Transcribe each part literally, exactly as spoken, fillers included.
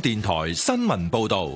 電台新聞報道。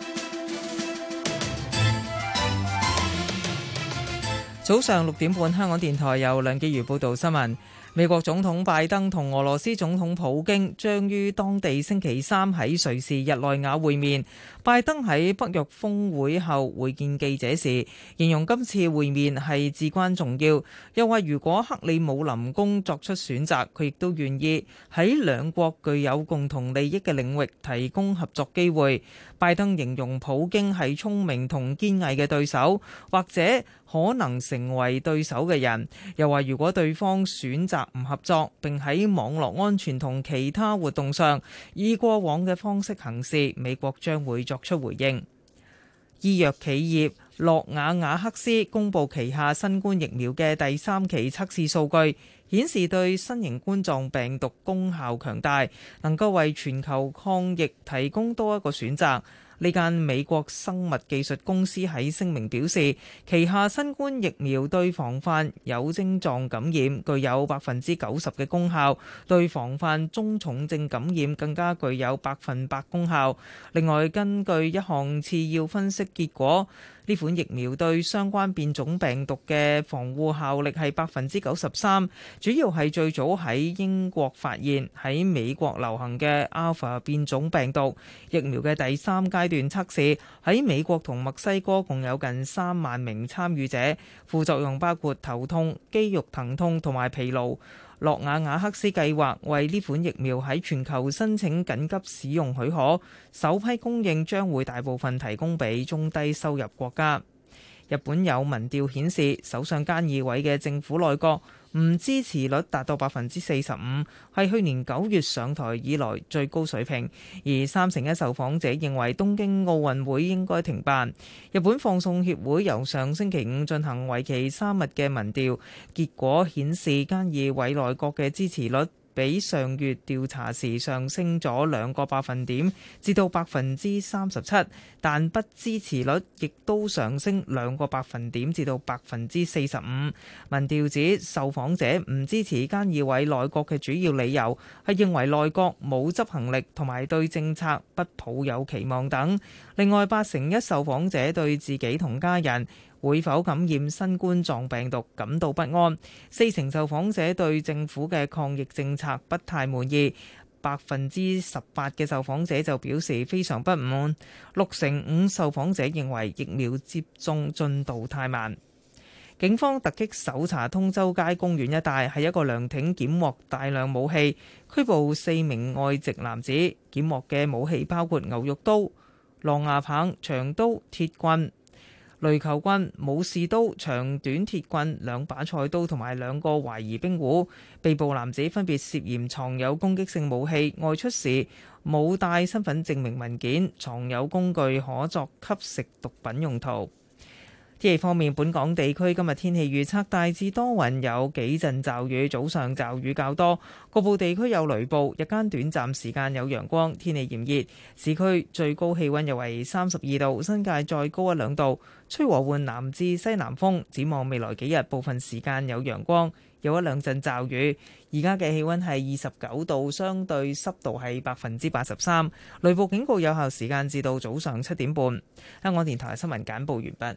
早上六點半，香港電台由梁記如報道新聞。美國總統拜登同俄羅斯總統普京將於當地星期三喺瑞士日內瓦會面。拜登喺北約峰會後會見記者時，形容今次會面係至關重要，又話如果克里姆林宮作出選擇，佢亦都願意喺兩國具有共同利益嘅領域提供合作機會。拜登形容普京係聰明同堅毅嘅對手，或者可能成為對手嘅人，又話如果對方選擇唔合作，並喺網絡安全同其他活動上以過往嘅方式行事，美國將會作出回應。醫藥企業諾瓦瓦克斯公布旗下新冠疫苗嘅第三期測試數據，顯示對新型冠狀病毒功效強大，能夠為全球抗疫提供多一個選擇。呢間美國生物技術公司喺聲明表示，旗下新冠疫苗對防範有症狀感染具有百分之九十嘅功效，對防範中重症感染更加具有百分百功效。另外，根據一項次要分析結果，呢款疫苗對相關變種病毒嘅防護效力係百分之九十三，主要係最早喺英國發現喺美國流行嘅 Alpha 變種病毒。疫苗嘅第三階段測試喺美國同墨西哥共有近三萬名參與者，副作用包括頭痛、肌肉疼痛同埋疲勞。諾瓦瓦克斯計劃為呢款疫苗喺全球申請緊急使用許可，首批供應將會大部分提供俾中低收入國家。日本有民調顯示，首相菅義偉嘅政府內閣唔支持率達到百分之四十五，係去年九月上台以來最高水平。而三成一受訪者認為東京奧運會應該停辦。日本放送協會由上星期五進行為期三日嘅民調，結果顯示菅義偉內閣嘅支持率比上月調查時上升咗兩個百分點，至到百分之三十七，但不支持率亦都上升兩個百分點，至到百分之四十五。民調指受訪者唔支持菅義偉內閣嘅主要理由係認為內閣冇執行力同埋對政策不抱有期望等。另外，八成一受訪者對自己同家人會否感染新冠狀病毒感到不安，四成受訪者對政府嘅抗疫政策不太滿意，百分之十八嘅受訪者就表示非常不滿，六成五受訪者認為疫苗接種進度太慢。警方突擊搜查通州街公園一帶，喺一個涼亭檢獲大量武器，拘捕四名外籍男子，檢獲嘅武器包括牛肉刀、狼牙棒、長刀、鐵棍、壘球棍、武士刀、長短鐵棍、兩把菜刀同埋兩個懷疑冰壺。被捕男子分別涉嫌藏有攻擊性武器、外出時冇帶身份證明文件、藏有工具可作吸食毒品用途。天氣方面，本港地區今日天氣預測大致多雲，有幾陣驟雨，早上驟雨較多，局部地區有雷暴，日間短暫時間有陽光，天氣炎熱。市區最高氣溫約為三十二度，新界再高一兩度，吹和緩南至西南風。展望未來幾日，部分時間有陽光，有一兩陣驟雨。而家嘅氣溫係二十九度，相對濕度係百分之八十三。雷暴警告有效時間至到早上七點半。香港電台新聞簡報完畢。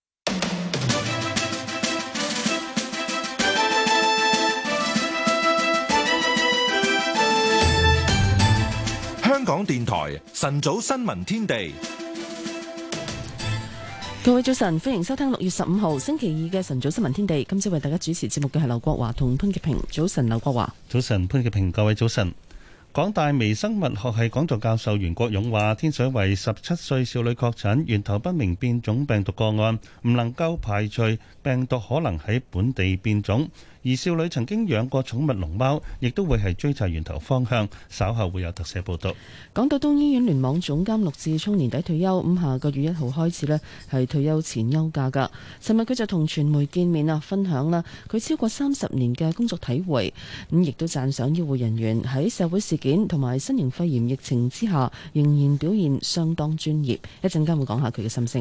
香港電台晨早新聞天地， 各位早晨，歡迎收聽六月十五號星期二嘅晨早新聞天地。今朝為大家主持節目嘅係劉國華同潘潔平。早晨，劉國華。 早晨，潘潔平。各位早晨。港大微生物學系講座教授袁國勇話，天水圍十七歲少女確診源頭不明變種病毒個案，唔能夠排除病毒可能喺本地變種。而少女曾經養過寵物龍貓，亦都會係追查源頭方向。稍後會有特寫報道。 港島東醫院聯網總監陸志聰年底退休，咁下個月一號開始呢係退休前休假噶。尋日佢就同傳媒見面啊，分享啦佢超過三十年嘅工作體會，咁亦都讚賞醫護人員喺社會事件同埋新型肺炎疫情之下，仍然表現相當專業。一陣間會講下佢嘅心聲。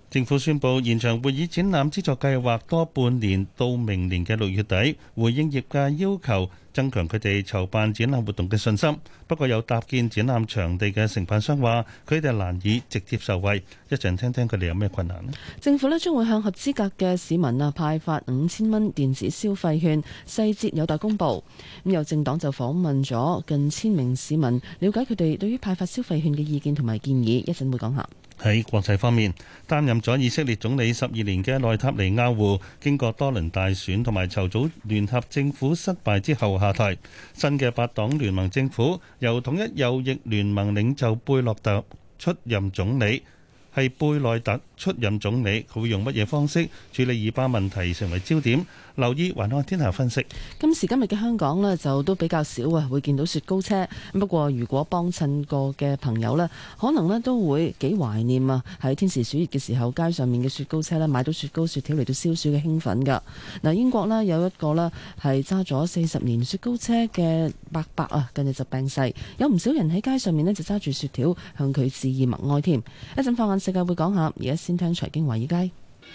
政府宣布延長會議展覽資助計劃多半年到明年嘅六月底，回應業界要求，增強佢哋籌辦展覽活動嘅信心。不過有搭建展覽場地嘅承辦商話，佢哋難以直接受惠。一陣聽聽佢哋有咩困難呢？ 政府呢將會向合資格嘅市民啊派發五千蚊電子消費券，細節有待公佈。咁有政黨就訪問咗近千名市民，了解佢哋對於派發消費券嘅意見同埋建議。一陣會講下。 喺國際方面，擔任咗以色列總理十二年嘅內塔尼亞胡，經過多輪大選同埋籌組聯合政府失敗之後下台。新嘅八黨聯盟政府由統一右翼聯盟領袖貝洛特出任總理。係貝內特出任總理，佢會用乜嘢方式處理以巴問題成為焦點？留意環看天下分析。 今時今日嘅香港呢，就都比較少啊，會見到雪糕車。不過如果幫襯過嘅朋友呢，可能呢都會幾懷念啊，喺天時暑熱嘅時候，街上面嘅雪糕車呢，買到雪糕雪條嚟到消暑嘅興奮㗎。嗱，英國呢有一個呢係揸咗四十年雪糕車嘅伯伯啊，近日就病逝，有唔少人喺街上面呢就揸住雪條向佢致意默哀添。一陣放眼世界會講下，而家先聽財經華爾街。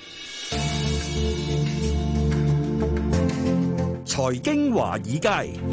財經華爾街，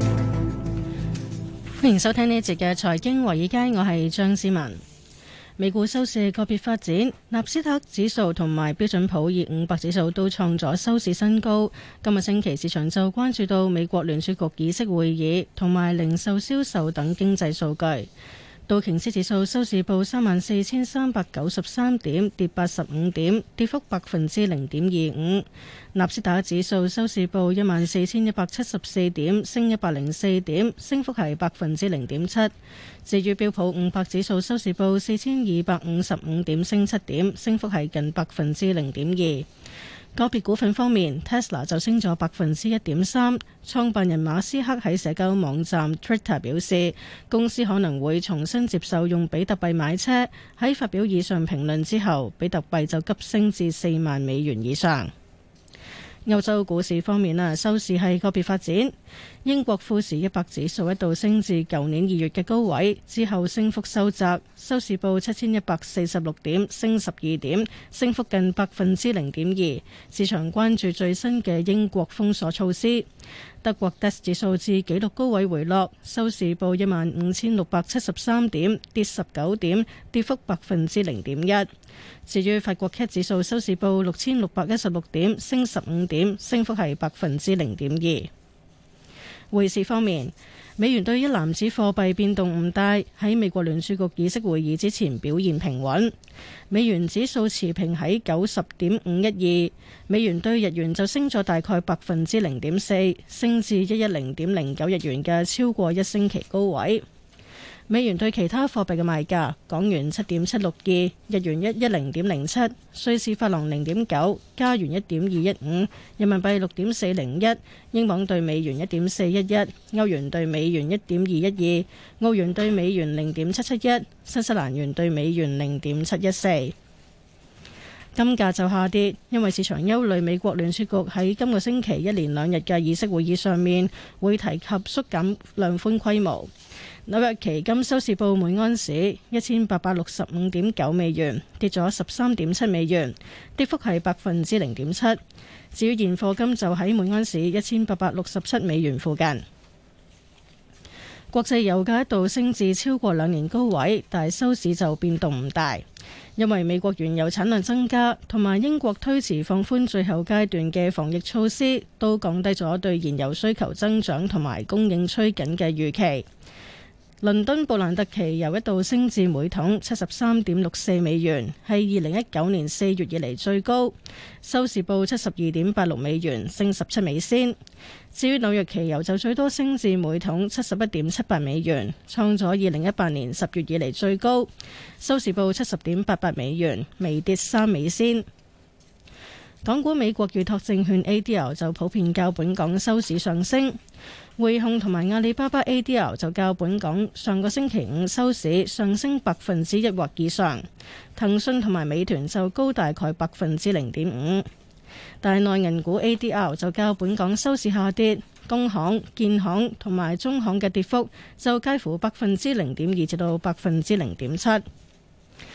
歡迎收聽呢一節嘅財經華爾街，我係張思文。美股收市個別發展，納斯達克指數同埋標準普爾五百指數都創咗收市新高。今日星期市場就關注到美國聯儲局議息會議同埋零售銷售等經濟數據。道瓊斯指數收市報三萬四千三百九十三點，跌八十五點，跌幅百分之零點二五。納斯達克指數收市報一萬四千一百七十四點，升一百零四點，升幅係百分之零點七。至於標普五百指數收市報四千二百五十五點，升七點，升幅係近百分之零點二。個別股份方面 ，Tesla 就升咗百分之一點三。創辦人馬斯克喺社交網站 Twitter 表示，公司可能會重新接受用比特幣買車。喺發表以上評論之後，比特幣就急升至四萬美元以上。歐洲股市方面啊，收市係個別發展。英國富時一百指數一度升至舊年二月嘅高位，之後升幅收窄，收市報七千一百四十六點，升十二點，升幅近百分之零點二。市場關注最新嘅英國封鎖措施。德國 D A X 指數至紀錄高位回落，收市報一萬五千六百七十三點，跌十九點，跌幅百分之零點一。至於法國 C A C 指數收市報六千六百一十六點，升十五點，升幅係百分之零點二。匯市方面，美元對一籃子貨幣變動唔大，喺美國聯儲局議息會議之前表現平穩。美元指數持平喺九十點五一二，美元對日元就升咗大概百分之零點四，升至一一零點零九日元嘅超過一星期高位。美元對其他貨幣嘅賣價：港元七點七六二，日元一一零點零七，瑞士法郎零點九，加元一點二一五，人民幣六點四零一，英鎊對美元一點四一一，歐元對美元一點二一二，澳元對美元零點七七一，新西蘭元對美元零點七一四。金價就下跌，因為市場憂慮美國聯儲局喺今個星期一連兩日嘅議息會議上面會提及縮減量寬規模。紐約期金收市報每安士一千八百六十五點九美元，跌咗十三點七美元，跌幅係百分之零點七。至於現貨金就喺每安士一千八百六十七美元附近。國際油價一度升至超過兩年高位，但係收市就變動唔大，因為美國原油產量增加同埋英國推遲放寬最後階段嘅防疫措施，都降低咗對燃油需求增長同埋供應趨緊嘅預期。倫敦布蘭特期油一度升至每桶七十三點六四美元，係二零一九年四月以嚟最高，收市報七十二點八六美元，升十七美仙。至於紐約期油就最多升至每桶七十一點七八美元，創咗二零一八年十月以嚟最高，收市報七十點八八美元，微跌三美仙。港股美國預託證券 A D R 就普遍較本港收市上升，匯控同埋阿里巴巴 A D R 就較本港上個星期五收市上升百分之一或以上，騰訊同埋美團就高大概百分之零點五，但係內銀股 A D R 就較本港收市下跌，工行、建行同埋中行嘅跌幅就介乎百分之零點二至到百分之零點七。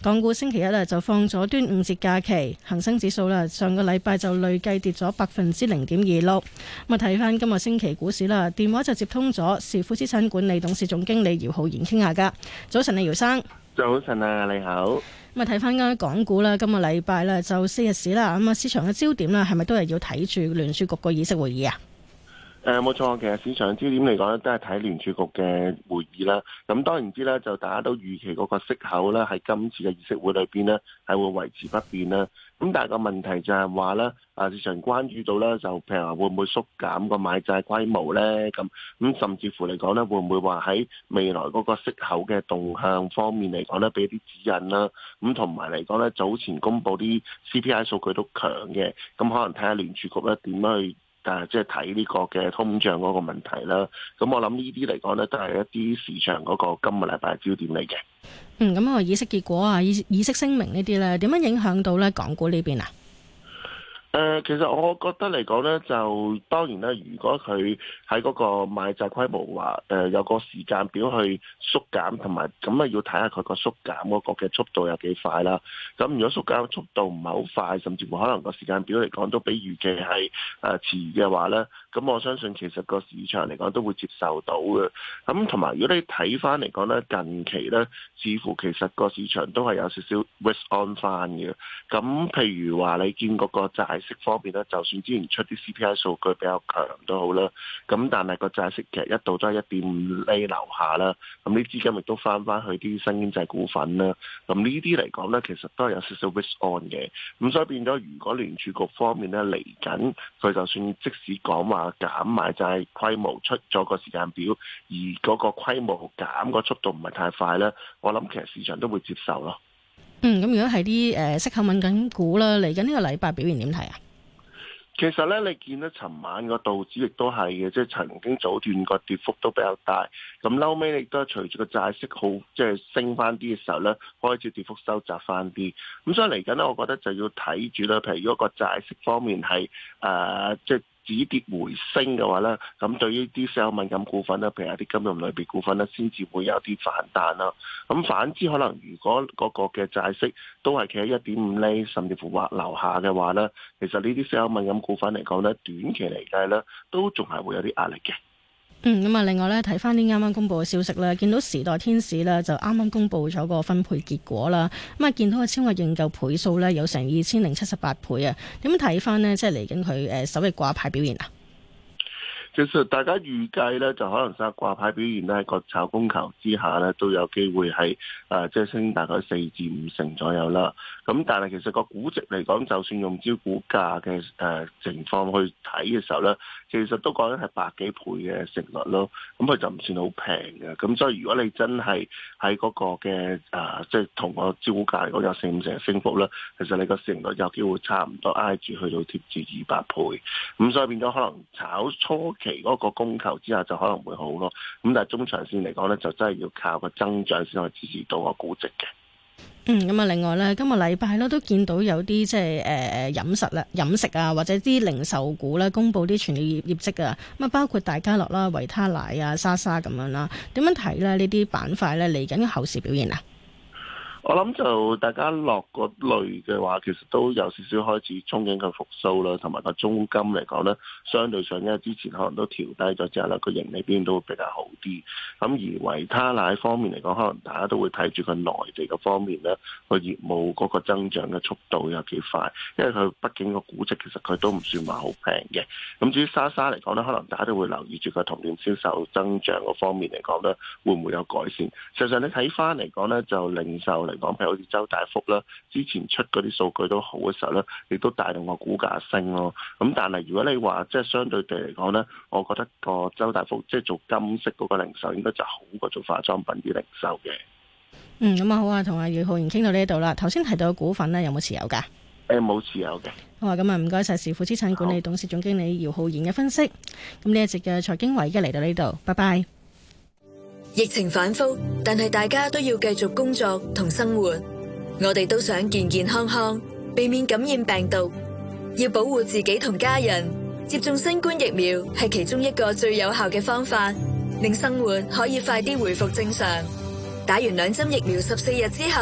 港股星期一咧就放咗端午節假期，恒生指數啦上個禮拜就累計跌咗百分之零點二六。咁啊睇翻今日星期股市啦，電話就接通咗時富資產管理董事總經理姚浩然傾下噶。早晨啊，姚生。 早晨啊，你好。 咁啊睇翻啱港股啦，今個禮拜咧就四日市啦，咁啊市場嘅焦點啦係咪都係要睇住聯儲局個議息會議啊？ 誒冇錯，其實市場焦點嚟講咧，都係睇聯儲局嘅會議啦。咁當然知啦，就大家都預期嗰個息口咧，喺今次嘅議息會裏邊咧，係會維持不變啦。咁但係個問題就係話咧，啊市場關注到咧，就譬如話會唔會縮減個買債規模咧？咁咁甚至乎嚟講咧，會唔會話喺未來嗰個息口嘅動向方面嚟講咧，俾啲指引啦？咁同埋嚟講咧，早前公布啲 C P I 數據都強嘅，咁可能睇下聯儲局咧點樣去。誒，即係睇呢個嘅通脹嗰個問題啦。咁我諗呢啲嚟講呢，都係一啲市場嗰個今個禮拜焦點嚟嘅。 嗯，咁啊，議息結果啊，議議息聲明呢啲呢，點樣影響到呢港股呢邊啊？ 誒、呃，其實我覺得嚟講咧，就當然啦，如果佢喺嗰個買債規模話，誒、呃、有個時間表去縮減，同埋咁啊要睇下佢個縮減嗰個嘅速度有幾快啦。咁如果縮減速度唔係好快，甚至乎可能個時間表嚟講都比預期係誒遲嘅話咧，咁我相信其實個市場嚟講都會接受到嘅。咁同埋如果你睇翻嚟講咧，近期咧似乎其實個市場都係有少少 risk on 翻嘅。咁譬如話你見嗰個債息方面咧，就算之前出啲 C P I 數據比較強都好啦，咁但係個債息其實一度都係一點五厘樓下啦，咁啲資金亦都翻翻去啲新經濟股份啦，咁呢啲嚟講咧，其實都係有少少 risk on 嘅，咁所以變咗如果聯儲局方面咧嚟緊，佢就算即使講話減買債規模出咗個時間表，而嗰個規模減個速度唔係太快咧，我諗其實市場都會接受咯。 嗯，咁如果係啲誒息口敏感股啦，嚟緊呢個禮拜表現點睇啊？ 其實咧，你見到尋晚個道指亦都係嘅，即係曾經早段個跌幅都比較大，咁後尾亦都係隨住個債息好即係升翻啲嘅時候咧，開始跌幅收窄翻啲。咁所以嚟緊咧，我覺得就要睇住啦。譬如如果個債息方面係誒、呃、即係止跌回升嘅話咧，咁對於啲息口敏感股份咧，譬如一啲金融類別股份咧，先至會有啲反彈啦。咁反之，可能如果嗰個嘅債息都係企喺一點五厘，甚至乎或樓下嘅話咧，其實呢啲息口敏感股份嚟講咧，短期嚟計咧，都仲係會有啲壓力嘅。 嗯，咁啊，另外咧睇翻啲啱啱公布嘅消息咧，見到時代天使咧就啱啱公布咗個分配結果啦。咁啊，見到個超額認購倍數咧有成二千零七十八倍啊。點樣睇翻呢？即係嚟緊佢誒首日掛牌表現啊？ 其實大家預計咧，就可能喺掛牌表現咧，個炒供求之下咧，都有機會係誒即係升大概四至五成左右啦。咁但係其實個估值嚟講，就算用招股價嘅誒情況去睇嘅時候咧，其實都講緊係百幾倍嘅成率咯。咁佢就唔算好平嘅。咁所以如果你真係喺嗰個嘅誒，即係同個招股價嚟講有四五成嘅升幅咧，其實你個成率有機會差唔多挨住去到貼住二百倍。咁所以變咗可能炒初期嗰個供求之下就可能會好咯，咁但係中長線嚟講咧，就真係要靠個增長先可以支持到個估值嘅。 嗯，咁啊，另外咧，今個禮拜咧都見到有啲即係誒誒飲食啦、飲食啊，或者啲零售股咧，公布啲全年業業績啊，咁啊，包括大家樂啦、維他奶啊、莎莎咁樣啦，點樣睇咧？呢啲板塊咧嚟緊嘅後市表現啊？ 我諗就大家落嗰類嘅話，其實都有少少開始憧憬佢復甦啦，同埋個中金嚟講咧，相對上因為之前可能都調低咗之後咧，個盈利邊都會比較好啲。咁而維他奶方面嚟講，可能大家都會睇住佢內地嘅方面咧，個業務嗰個增長嘅速度有幾快，因為佢畢竟個估值其實佢都唔算話好平嘅。咁至於莎莎嚟講咧，可能大家都會留意住佢同店銷售增長嗰方面嚟講咧，會唔會有改善？實際上你睇翻嚟講咧，就零售嚟講，譬如好似周大福啦，之前出嗰啲數據都好嘅時候咧，亦都帶動個股價升咯。咁但係如果你話即係相對地嚟講咧，我覺得個周大福即係做金飾嗰個零售應該就好過做化妝品啲零售嘅。嗯， 咁啊好啊，同阿姚浩然傾到呢度啦。頭先提到嘅股份咧，有冇持有㗎？ 誒，冇持有嘅。 好啊，咁啊唔該晒時富資產管理董事總經理姚浩然嘅分析。咁呢一節嘅財經華爾街嚟到呢度，拜拜。 疫情反覆，但係大家都要繼續工作同生活。我哋都想健健康康，避免感染病毒。要保護自己同家人，接種新冠疫苗係其中一個最有效嘅方法，令生活可以快啲回復正常。打完兩針疫苗十四日之後，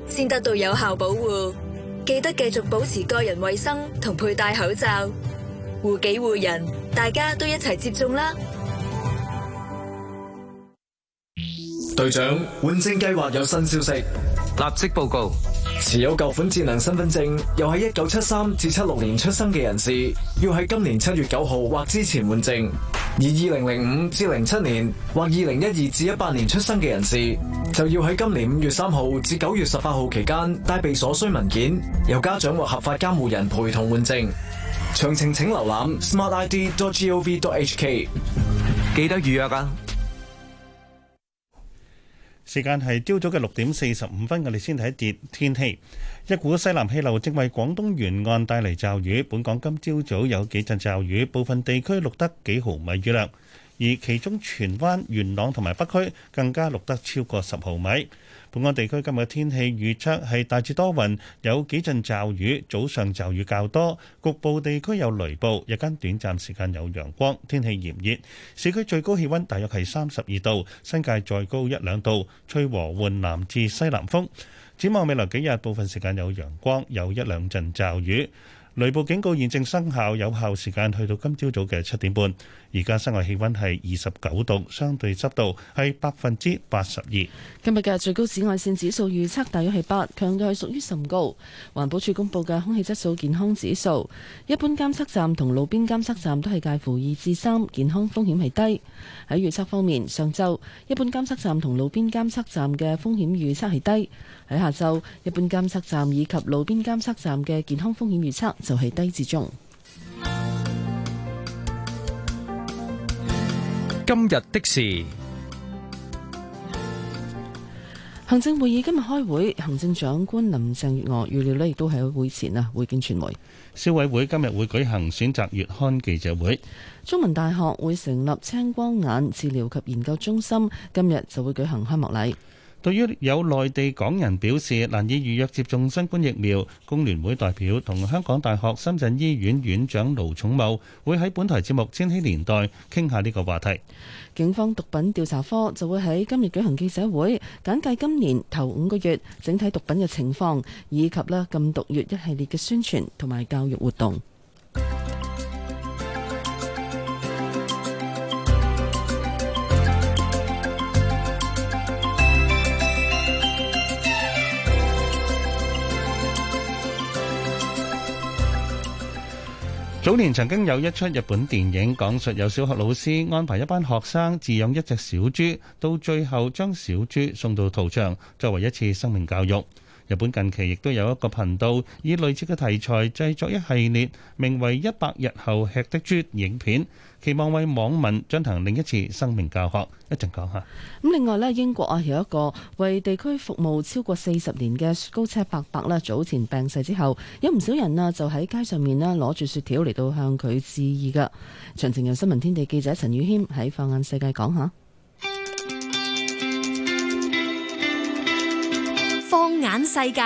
先得到有效保護。記得繼續保持個人衛生同佩戴口罩，護己護人，大家都一齊接種啦！ 隊長，換證計劃有新消息， 立即報告。 持有舊款智能身份證又喺一九七三至七六年出生嘅人士，要喺今年七月九號或之前換證；而二零零五至零七年或二零一二至一八年出生嘅人士，就要喺今年五月三號至九月十八號期間帶備所需文件，由家長或合法監護人陪同換證。詳情請瀏覽 smart I D dot gov dot H K。 記得預約啊！ 時間係朝早嘅六點四十五分，我哋先睇一節天氣。一股西南氣流正為廣東沿岸帶嚟驟雨，本港今朝早有幾陣驟雨，部分地區錄得幾毫米雨量，而其中荃灣、元朗同埋北區更加錄得超過十毫米。本港地區今日嘅天氣預測係大致多雲，有幾陣驟雨，早上驟雨較多，局部地區有雷暴，日間短暫時間有陽光，天氣炎熱。市區最高氣溫大約係三十二度，新界再高一兩度，吹和緩南至西南風。展望未來幾日，部分時間有陽光，有一兩陣驟雨。雷暴警告現正生效，有效時間去到今朝早嘅七點半。而家室外氣溫係二十九度，相對濕度係百分之八十二。 今日嘅最高紫外線指數預測大約係八，強度係屬於甚高。環保署公布嘅空氣質素健康指數，一般監測站同路邊監測站都係介乎二至三，健康風險係低。喺預測方面，上晝一般監測站同路邊監測站嘅風險預測係低；喺下晝，一般監測站以及路邊監測站嘅健康風險預測就係低至中。 今日的事， 行政會議今日開會，行政長官林鄭月娥預料呢亦都喺會前啊會見傳媒。 消委會今日會舉行選擇月刊記者會。 中文大學會成立青光眼治療及研究中心，今日就會舉行開幕禮。 對於有內地港人表示難以預約接種新冠疫苗，工聯會代表同香港大學深圳醫院院長盧寵茂會喺本台節目《千禧年代》傾下呢個話題。 警方毒品調查科就會喺今日舉行記者會，簡介今年頭五個月整體毒品嘅情況，以及咧禁毒月一系列嘅宣傳同埋教育活動。 早年曾經有一出日本電影，講述有小學老師安排一班學生飼養一隻小豬，到最後將小豬送到屠場，作為一次生命教育。日本近期亦都有一個頻道以類似嘅題材製作一系列名為《一百日後吃的豬》影片，期望為網民進行另一次生命教學。一陣講下。 咁另外咧，英國啊有一個為地區服務超過四十年嘅雪糕車伯伯啦，早前病逝之後，有唔少人啊就喺街上面咧攞住雪條嚟到向佢致意噶。詳情由新聞天地記者陳宇謙喺放眼世界講下。 放眼世界，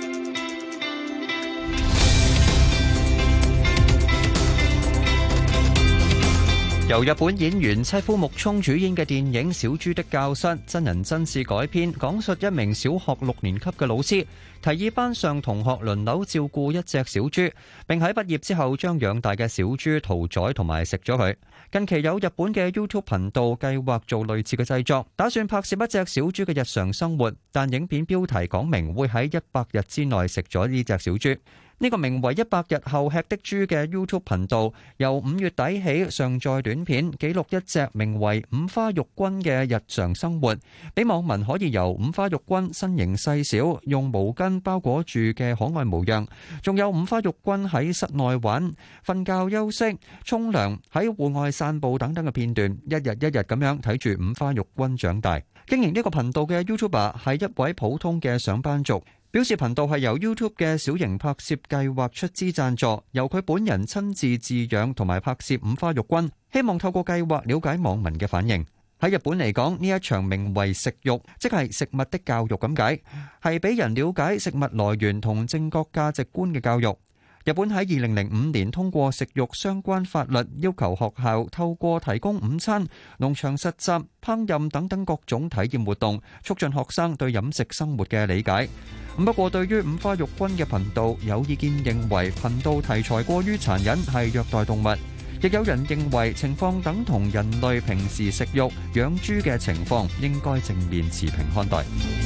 由日本演員妻夫木聰主演嘅電影《小豬的教室》真人真事改編，講述一名小學六年級嘅老師提議班上同學輪流照顧一隻小豬，並喺畢業之後將養大嘅小豬屠宰同埋食咗佢。近期有日本嘅 YouTube 頻道計劃做類似嘅製作，打算拍攝一隻小豬嘅日常生活，但影片標題講明會喺一百日之內食咗呢隻小豬。呢個名為《一百日後吃的豬》嘅 YouTube 頻道，由五月底起上載短片，記錄一隻名為五花肉君嘅日常生活，俾網民可以由五花肉君身形細小、用毛巾包裹住嘅可愛模樣，仲有五花肉君喺室內玩、瞓覺休息、沖涼、喺戶外散步等等嘅片段，一日一日咁樣睇住五花肉君長大。經營呢個頻道嘅 YouTuber 係一位普通嘅上班族，表示頻道係由 YouTube 嘅小型拍攝計劃出資贊助，由佢本人親自飼養同埋拍攝五花肉君，希望透過計劃了解網民嘅反應。喺日本嚟講，呢一場名為食育，即係食物的教育咁解，係俾人了解食物來源同正確價值觀嘅教育。日本喺二零零五年通過食育相關法律，要求學校透過提供午餐、農場實習、烹飪等等各種體驗活動，促進學生對飲食生活嘅理解。 不過，對於五花肉菌嘅頻道，有意見認為頻道題材過於殘忍，係虐待動物。亦有人認為情況等同人類平時食肉、養豬嘅情況，應該正面持平看待。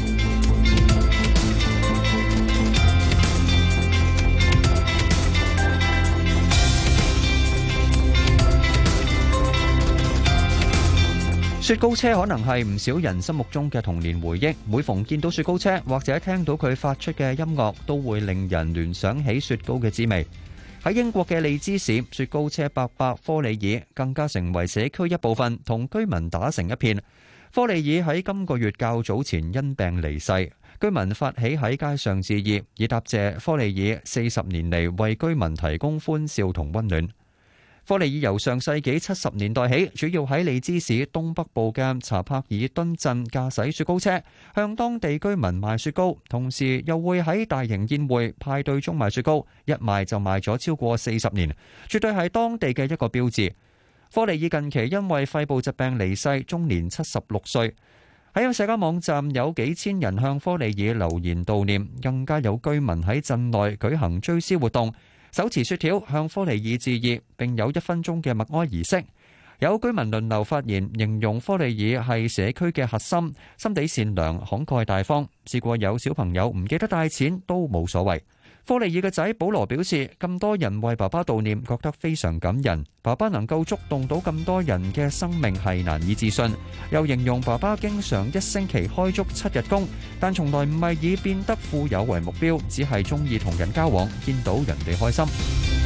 雪糕車可能係唔少人心目中嘅童年回憶，每逢見到雪糕車或者聽到佢發出嘅音樂，都會令人聯想起雪糕嘅滋味。喺英國嘅利茲市，雪糕車伯伯科里爾更加成為社區一部分，同居民打成一片。科里爾喺今個月較早前因病離世，居民發起喺街上致意，以答謝科里爾四十年嚟為居民提供歡笑同溫暖。科利爾由上世紀七十年代起，主要喺利茲市東北部嘅查柏爾敦鎮駕駛雪糕車，向當地居民賣雪糕，同時又會喺大型宴會、派對中賣雪糕，一賣就賣咗超過四十年，絕對係當地嘅一個標誌。科利爾近期因為肺部疾病離世，終年七十六歲。喺社交網站有幾千人向科利爾留言悼念，更加有居民喺鎮內舉行追思活動，手持雪條向科利爾致意，並有一分鐘嘅默哀儀式。有居民輪流發言，形容科利爾係社區嘅核心，心地善良、慷慨大方。試過有小朋友唔記得帶錢都冇所謂。科利爾嘅仔保羅表示，咁多人為爸爸悼念，覺得非常感人。爸爸能夠觸動到咁多人嘅生命係難以置信。又形容爸爸經常一星期開足七日工，但從來唔係以變得富有為目標，只係中意同人交往，見到人哋開心。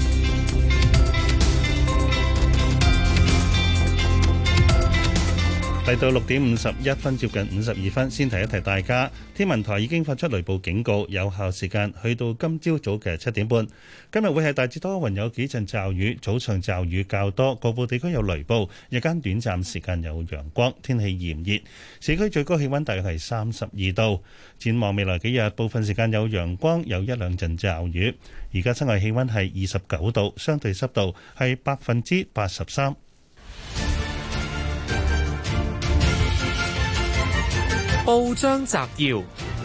嚟到六點五十一分，接近五十二分，先提一提大家。天文台已經發出雷暴警告，有效時間去到今朝早嘅七點半。今日會係大致多雲，有幾陣驟雨，早上驟雨較多，局部地區有雷暴，日間短暫時間有陽光，天氣炎熱。市區最高氣溫大約係三十二度。展望未來幾日，部分時間有陽光，有一兩陣驟雨。而家室外氣溫係二十九度，相對濕度係百分之八十三。 報章摘要：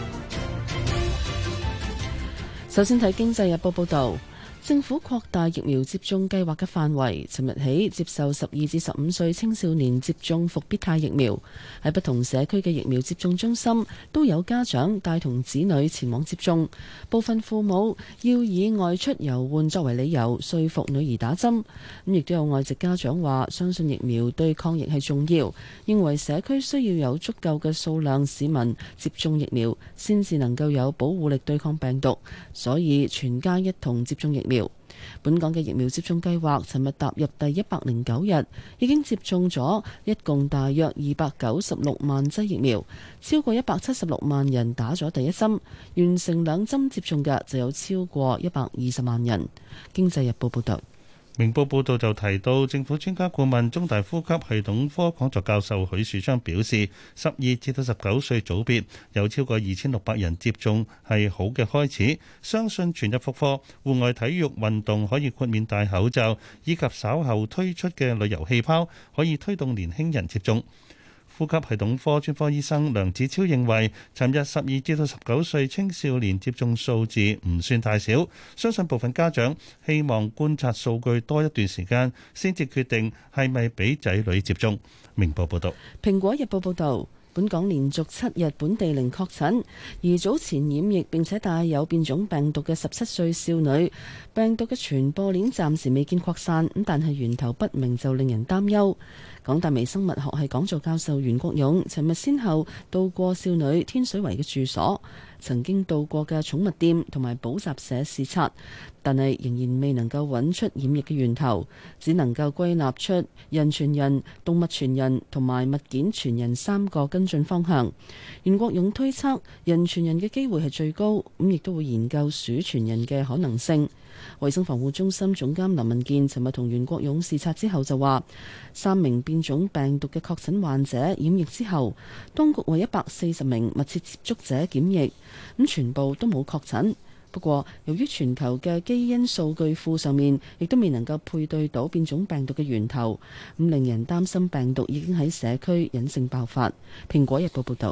首先睇《經濟日報》報導，政府擴大疫苗接種計劃嘅範圍，尋日起接受十二至十五歲青少年接種復必泰疫苗。喺不同社區嘅疫苗接種中心，都有家長帶同子女前往接種。部分父母要以外出遊玩作為理由，說服女兒打針。咁亦都有外籍家長話，相信疫苗對抗疫係重要，認為社區需要有足夠嘅數量市民接種疫苗，先至能夠有保護力對抗病毒，所以全家一同接種疫苗。本港嘅疫苗接種計劃尋日踏入第一百零九日，已經接種咗一共大約二百九十六萬劑疫苗，超過一百七十六萬人打咗第一針，完成兩針接種嘅就有超過一百二十萬人。經濟日報報道。 明報報導就提到，政府專家顧問、中大呼吸系統科講座教授許樹昌表示，十二至到十九歲組別有超過二千六百人接種係好嘅開始，相信全日復課、戶外體育運動可以豁免戴口罩，以及稍後推出嘅旅遊氣泡可以推動年輕人接種。呼吸系統科專科醫生梁子超認為，尋日十二至到十九歲青少年接種數字唔算太少，相信部分家長希望觀察數據多一段時間，先至決定係咪俾仔女接種。明報報道。 蘋果日報報導。本港連續七日本地零確診，而早前染疫並且帶有變種病毒嘅十七歲少女，病毒嘅傳播鏈暫時未見擴散，咁但係源頭不明就令人擔憂。港大微生物學系講座教授袁國勇尋日先後到過少女天水圍嘅住所，曾經到過嘅寵物店同埋補習社視察，但係仍然未能夠揾出染疫嘅源頭，只能夠歸納出人傳人、動物傳人同埋物件傳人三個跟進方向。袁國勇推測人傳人嘅機會係最高，咁亦都會研究鼠傳人嘅可能性。衛生防護中心總監林文健尋日同袁國勇視察之後就話，三名變種病毒嘅確診患者染疫之後，當局為一百四十名密切接觸者檢疫，咁全部都冇確診。不過，由於全球嘅基因數據庫上面亦都未能夠配對到變種病毒嘅源頭，咁令人擔心病毒已經喺社區隱性爆發。蘋果日報報道。 《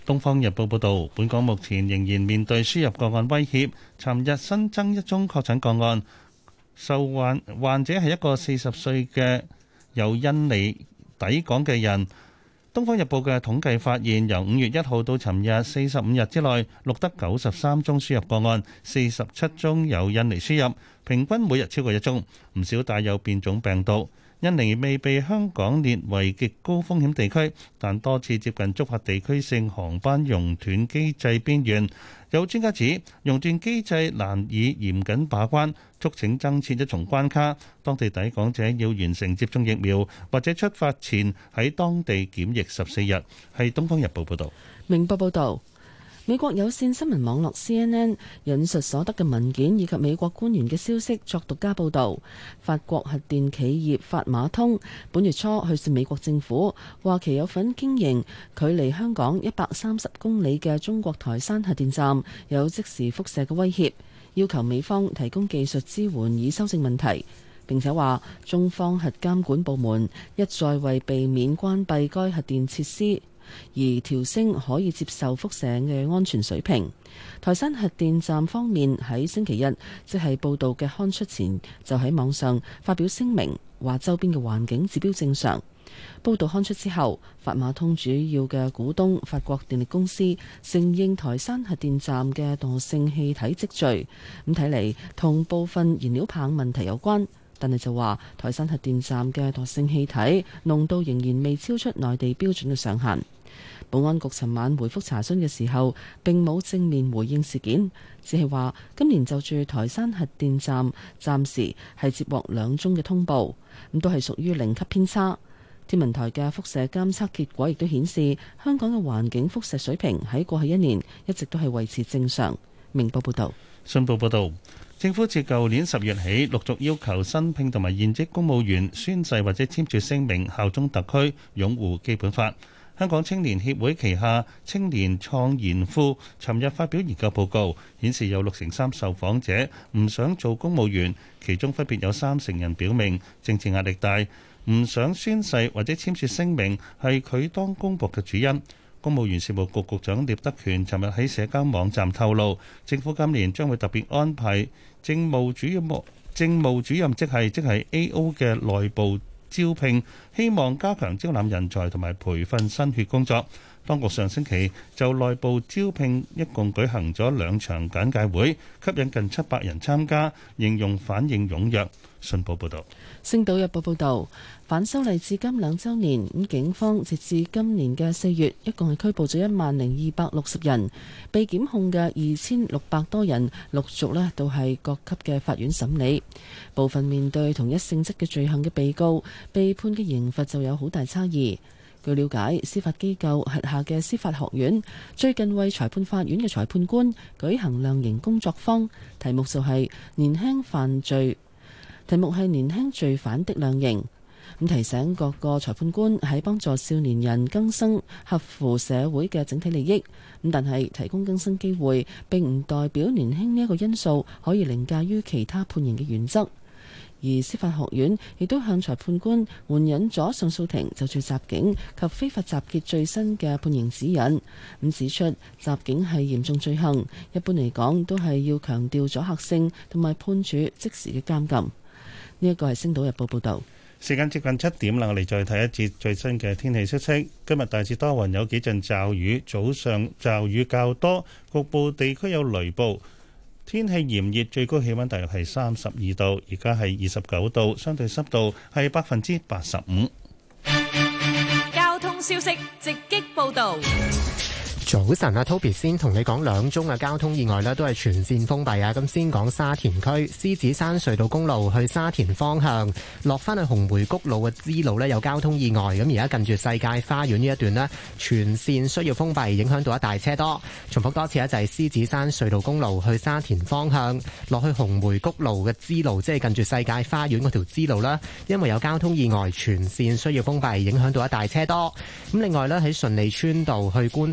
東方日報報導，本港目前仍然面對輸入個案威脅。尋日新增一宗確診個案，受患患者係一個四十歲嘅由印尼抵港嘅人。東方日報嘅統計發現，由五月一號到尋日四十五日之內，錄得九十三宗輸入個案，四十七宗由印尼輸入，平均每日超過一宗，唔少帶有變種病毒。印尼未被香港列為極高風險地區，但多次接近觸發地區性航班熔斷機制邊緣。有專家指，熔斷機制難以嚴謹把關，促請增設一重關卡，當地抵港者要完成接種疫苗，或者出發前喺當地檢疫十四日。係《東方日報》報導。 明報報導。美國有線新聞網絡 C N N 引述所得嘅文件以及美國官員嘅消息作獨家報導。法國核電企業法馬通本月初去信美國政府，話其有份經營距離香港一百三十公里嘅中國台山核電站有即時輻射嘅威脅，要求美方提供技術支援以修正問題。並且話中方核監管部門一再為避免關閉該核電設施而調升可以接受輻射嘅安全水平。台山核電站方面喺星期日，即係報道嘅刊出前，就喺網上發表聲明，話周邊嘅環境指標正常。報道刊出之後，法馬通主要嘅股東法國電力公司承認台山核電站嘅惰性氣體積聚，咁睇嚟同部分燃料棒問題有關。但係就話台山核電站嘅惰性氣體濃度仍然未超出內地標準嘅上限。保安局尋晚回覆查詢嘅時候，並冇正面回應事件，只係話今年就住台山核電站暫時係接獲兩宗嘅通報，咁都係屬於零級偏差。天文台嘅輻射監測結果亦都顯示，香港嘅環境輻射水平喺過去一年一直都係維持正常。明報報道。 信報報導。政府自舊年十月起，陸續要求新聘同埋現職公務員宣誓或者簽署聲明效忠特區、擁護基本法。香港青年協會旗下青年創研庫尋日發表研究報告，顯示有六成三受訪者唔想做公務員，其中分別有三成人表明政治壓力大，唔想宣誓或者簽署聲明係佢當公僕嘅主因。公務員事務局局長聶德權尋日喺社交網站透露，政府今年將會特別安排政務主任政務主任職系，即係 A O 嘅內部招聘，希望加強招攬人才同埋培訓新血工作。當局上星期就內部招聘一共舉行咗兩場簡介會，吸引近七百人參加，形容反應踴躍。信報報導。 星島日報報導，反修例至今兩週年，咁警方截至今年嘅四月，一共係拘捕咗一萬零二百六十人，被檢控嘅二千六百多人，陸續呢都係各級嘅法院審理。部分面對同一性質嘅罪行嘅被告，被判嘅刑罰就有好大差異。據了解，司法機構轄下嘅司法學院最近為裁判法院嘅裁判官舉行量刑工作坊，題目就係年輕犯罪。題目係年輕罪犯的量刑，咁提醒各個裁判官喺幫助少年人更生合乎社會嘅整體利益。咁但係提供更生機會並唔代表年輕呢一個因素可以凌駕於其他判刑嘅原則。而司法學院亦都向裁判官援引咗上訴庭就住襲警及非法集結最新嘅判刑指引，咁指出襲警係嚴重罪行，一般嚟講都係要強調阻嚇性同埋判處即時嘅監禁。呢一個係《星島日報》報導。 時間接近七點啦，我哋再睇一節最新嘅天氣消息。今日大致多雲，有幾陣驟雨，早上驟雨較多，局部地區有雷暴。天氣炎熱，最高氣溫大約係三十二度，而家係二十九度，相對濕度係百分之八十五。 交通消息直擊報導。 早晨啊 Toby 先同你講兩宗嘅交通意外咧，都係全線封閉啊！咁先講沙田區獅子山隧道公路去沙田方向，落翻去紅梅谷路嘅支路咧有交通意外，咁而家近住世界花園呢一段咧，全線需要封閉，影響到一大車多。重複多次啊，就係獅子山隧道公路去沙田方向，落去紅梅谷路嘅支路，即係近住世界花園嗰條支路啦，因為有交通意外，全線需要封閉，影響到一大車多。咁另外咧喺順利村道去觀塘方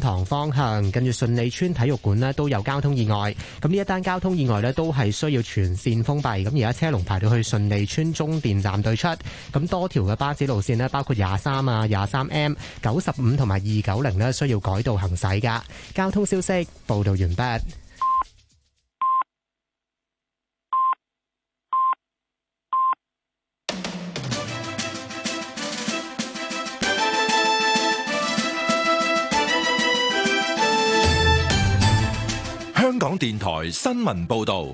方向，跟住順利村體育館呢都有交通意外。咁呢一單交通意外呢都係需要全線封閉。咁而家車龍排到去順利村中電站對出。咁多條嘅巴士路線呢，包括廿三啊、廿三 M、九十五同埋二九零呢，需要改道行駛噶。交通消息報道完畢。 香港電台新聞報道。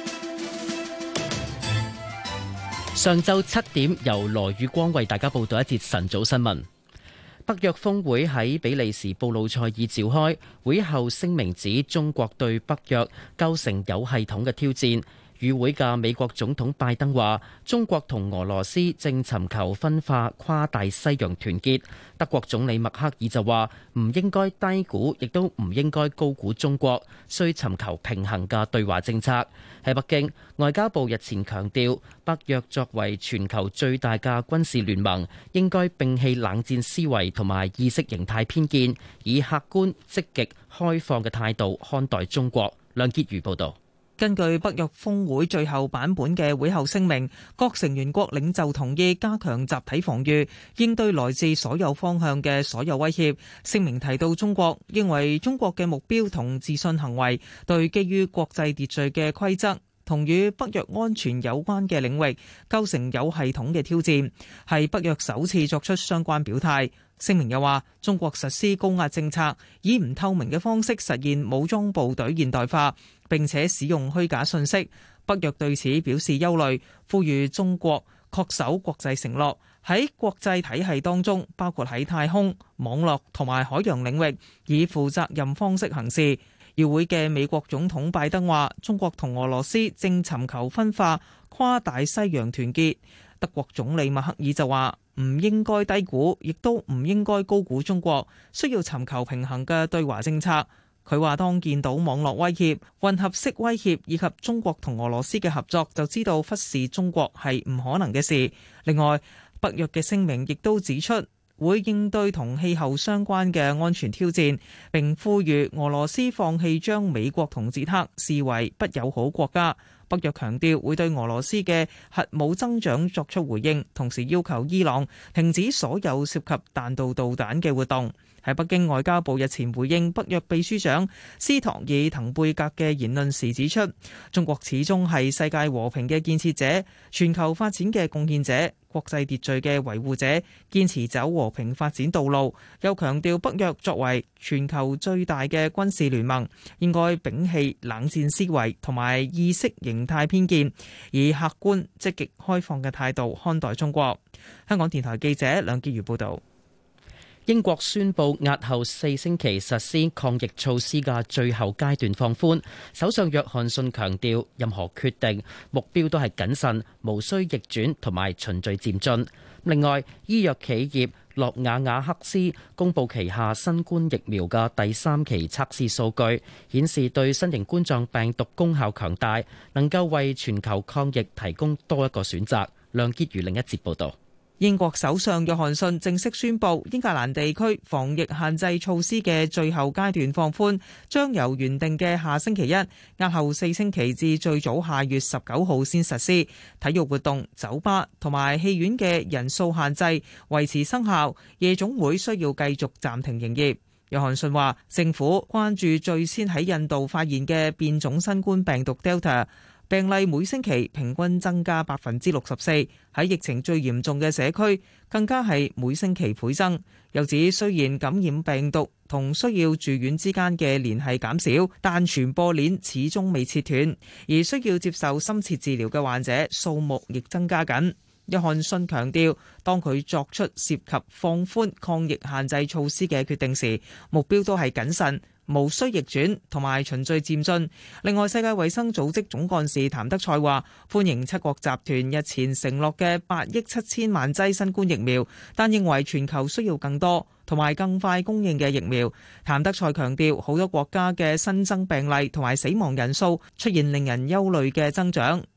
上晝七點，由羅宇光為大家報道一節晨早新聞。北約峰會喺比利時布魯塞爾召開，會後聲明指中國對北約構成有系統嘅挑戰。與會嘅美國總統拜登話，中國同俄羅斯正尋求分化跨大西洋團結。德國總理默克爾就話，唔應該低估，亦都唔應該高估中國，需尋求平衡嘅對華政策。喺北京，外交部日前強調，北約作為全球最大嘅軍事聯盟，應該摒棄冷戰思維同埋意識形態偏見，以客觀、積極、開放嘅態度看待中國。梁潔如報導。 根據北約峰會最後版本嘅會後聲明，各成員國領袖同意加強集體防禦，應對來自所有方向嘅所有威脅。聲明提到中國，認為中國嘅目標同自信行為對基於國際秩序嘅規則同與北約安全有關嘅領域構成有系統嘅挑戰，係北約首次作出相關表態。聲明又話，中國實施高壓政策，以唔透明嘅方式實現武裝部隊現代化，並且使用虛假信息。北約對此表示憂慮，呼籲中國恪守國際承諾，喺國際體系當中，包括喺太空、網絡同埋海洋領域，以負責任方式行事。與會嘅美國總統拜登話，中國同俄羅斯正尋求分化跨大西洋團結。德國總理默克爾就話，唔應該低估，亦都唔應該高估中國，需要尋求平衡嘅對華政策。佢話，當見到網絡威脅、混合式威脅以及中國同俄羅斯嘅合作，就知道忽視中國係唔可能嘅事。另外，北約嘅聲明亦都指出，會應對同氣候相關嘅安全挑戰，並呼籲俄羅斯放棄將美國同捷克視為不友好國家。北約強調會對俄羅斯嘅核武增長作出回應，同時要求伊朗停止所有涉及彈道導彈嘅活動。喺北京，外交部日前回應北約秘書長斯托爾滕貝格嘅言論時指出，中國始終係世界和平嘅建設者、全球發展嘅貢獻者、國際秩序嘅維護者，堅持走和平發展道路。又強調北約作為全球最大嘅軍事聯盟，應該摒棄冷戰思維同埋意識形態偏見，以客觀、積極、開放嘅態度看待中國。香港電台記者梁潔如報導。 英國宣布押後四星期實施抗疫措施嘅最後階段放寬。首相約翰遜強調，任何決定目標都係謹慎，無需逆轉同埋循序漸進。另外，醫藥企業諾瓦瓦克斯公布旗下新冠疫苗嘅第三期測試數據，顯示對新型冠狀病毒功效強大，能夠為全球抗疫提供多一個選擇。梁潔如另一節報導。 英國首相約翰遜正式宣布，英格蘭地區防疫限制措施嘅最後階段放寬，將由原定嘅下星期一押後四星期至最早下月十九號先實施。體育活動、酒吧同埋戲院嘅人數限制維持生效，夜總會需要繼續暫停營業。約翰遜話，政府關注最先喺印度發現嘅變種新冠病毒 Delta。病例每星期平均增加百分之六十四，喺疫情最嚴重嘅社區更加係每星期倍增。又指雖然感染病毒同需要住院之間嘅聯繫減少，但傳播鏈始終未切斷，而需要接受深切治療嘅患者數目亦增加緊。約翰遜強調，當佢作出涉及放寬抗疫限制措施嘅決定時，目標都係謹慎，無需逆轉同埋循序漸進。另外，世界衛生組織總幹事譚德塞話，歡迎七國集團日前承諾嘅八億七千萬劑新冠疫苗，但認為全球需要更多同埋更快供應嘅疫苗。譚德塞強調，好多國家嘅新增病例同埋死亡人數出現令人憂慮嘅增長。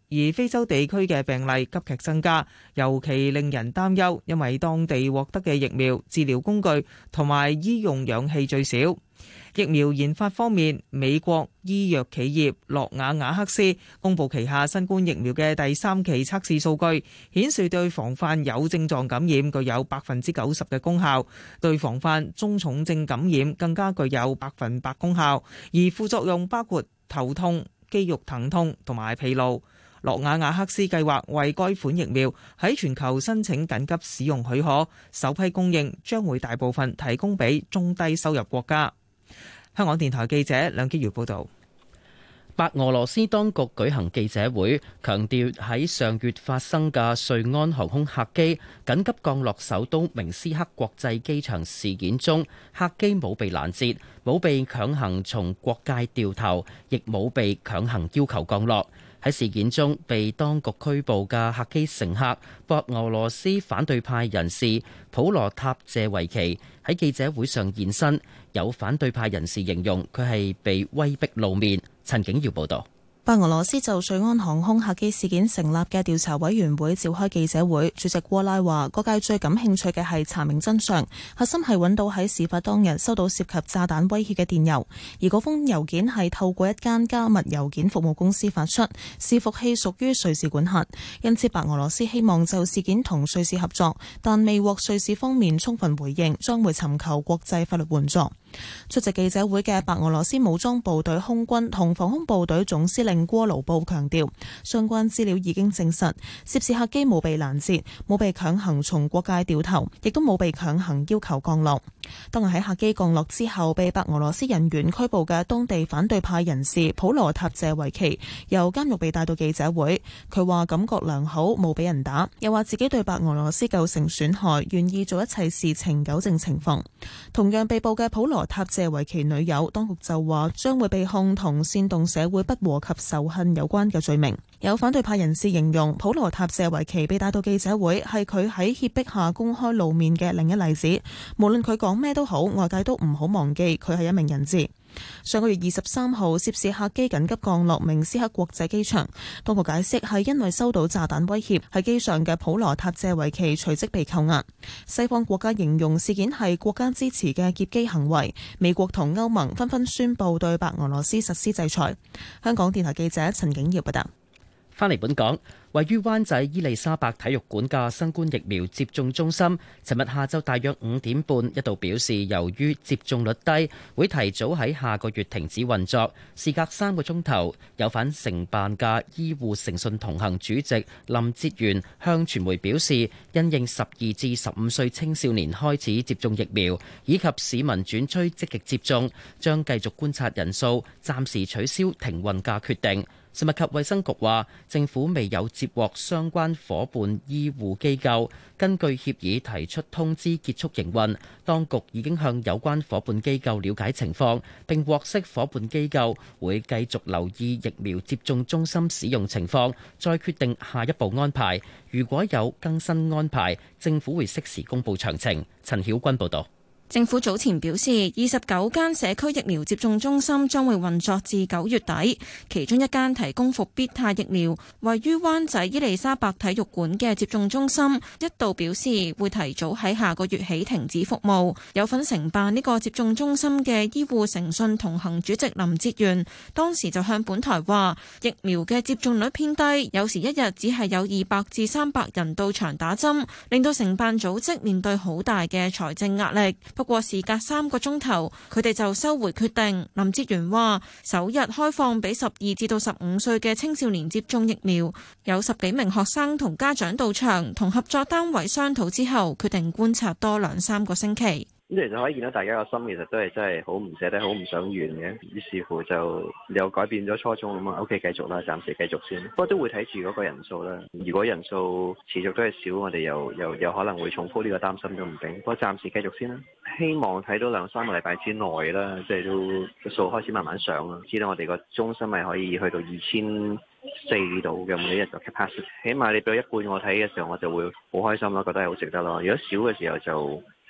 而非洲地區嘅病例急劇增加，尤其令人擔憂，因為當地獲得嘅疫苗、治療工具同埋醫用氧氣最少。疫苗研發方面，美國醫藥企業諾瓦瓦克斯公布旗下新冠疫苗嘅第三期測試數據，顯示對防範有症狀感染具有百分之九十嘅功效，對防範中重症感染更加具有百分百功效，而副作用包括頭痛、肌肉疼痛同埋疲勞。諾瓦瓦克斯計劃為該款疫苗喺全球申請緊急使用許可，首批供應將會大部分提供俾中低收入國家。香港電台記者梁潔如報道。 白俄羅斯當局舉行記者會，強調喺上月發生嘅瑞安航空客機緊急降落首都明斯克國際機場事件中，客機冇被攔截，冇被強行從國界掉頭，亦冇被強行要求降落。喺事件中被當局拘捕嘅客機乘客白俄羅斯反對派人士普羅塔謝維奇喺記者會上現身，有反對派人士形容佢係被威逼露面。陳景耀報道。 白俄羅斯就瑞安航空客機事件成立嘅調查委員會召開記者會，主席沃拉話：各界最感興趣嘅係查明真相，核心係揾到喺事發當日收到涉及炸彈威脅嘅電郵，而嗰封郵件係透過一間加密郵件服務公司發出，伺服器屬於瑞士管轄，因此白俄羅斯希望就事件同瑞士合作，但未獲瑞士方面充分回應，將會尋求國際法律援助。出席記者會嘅白俄羅斯武裝部隊空軍同防空部隊總司令戈盧布強調，相關資料已經證實，涉事客機冇被攔截，冇被強行從國界掉頭，亦都冇被強行要求降落。當日喺客機降落之後被白俄羅斯人員拘捕嘅當地反對派人士普羅塔謝維奇由監獄被帶到記者會，佢話感覺良好，冇俾人打，又話自己對白俄羅斯構成損害，願意做一切事情糾正情況。同樣被捕嘅普羅塔謝維奇女友，當局就話將會被控同煽動社會不和及仇恨有關嘅罪名。有反對派人士形容普羅塔謝維奇被帶到記者會係佢喺脅迫下公開露面嘅另一例子。無論佢講咩都好，外界都唔好忘記佢係一名人質。上個月二十三號，涉事客機緊急降落明斯克國際機場，當局解釋係因為收到炸彈威脅，喺機上嘅普羅塔謝維奇隨即被扣押。西方國家形容事件係國家支持嘅劫機行為，美國同歐盟紛紛宣布對白俄羅斯實施制裁。香港電台記者陳景業報道。 返嚟本港，位於灣仔伊利沙伯體育館嘅新冠疫苗接種中心，尋日下晝大約五點半一度表示，由於接種率低，會提早喺下個月停止運作。事隔三個鐘頭，有份承辦嘅醫護誠信同行主席林哲元向傳媒表示，因應十二至十五歲青少年開始接種疫苗，以及市民轉趨積極接種，將繼續觀察人數，暫時取消停運嘅決定。食物及衛生局話，政府未有接獲相關伙伴醫護機構根據協議提出通知結束營運，當局已經向有關伙伴機構了解情況，並獲悉伙伴機構會繼續留意疫苗接種中心使用情況，再決定下一步安排。如果有更新安排，政府會適時公佈詳情。陳曉君報導。 政府早前表示，二十九間社區疫苗接種中心將會運作至九月底，其中一間提供復必泰疫苗，位於灣仔伊利沙伯體育館嘅接種中心，一度表示會提早喺下個月起停止服務。有份承辦呢個接種中心嘅醫護誠信同行主席林哲元，當時就向本台話，疫苗嘅接種率偏低，有時一日只係有二百至三百人到場打針，令到承辦組織面對好大嘅財政壓力。不過事隔三個鐘頭，佢哋就收回決定。林哲元話：首日開放俾十二至到十五歲嘅青少年接種疫苗，有十幾名學生同家長到場，同合作單位商討之後，決定觀察多兩三個星期。 咁其實可以見到大家個心其實都係真係好唔捨得，好唔想完嘅。於是乎就又改變咗初衷咁啊。O K， 繼續啦，暫時繼續先。不過都會睇住嗰個人數啦。如果人數持續都係少，我哋又又有可能會重複呢個擔心都唔定。不過暫時繼續先啦。希望睇到兩三個禮拜之內啦，即係都個數開始慢慢上啦。知道我哋個中心係可以去到二千四度嘅每一日嘅 capacity。起碼你俾一半我睇嘅時候，我就會好開心咯，覺得係好值得咯。如果少嘅時候就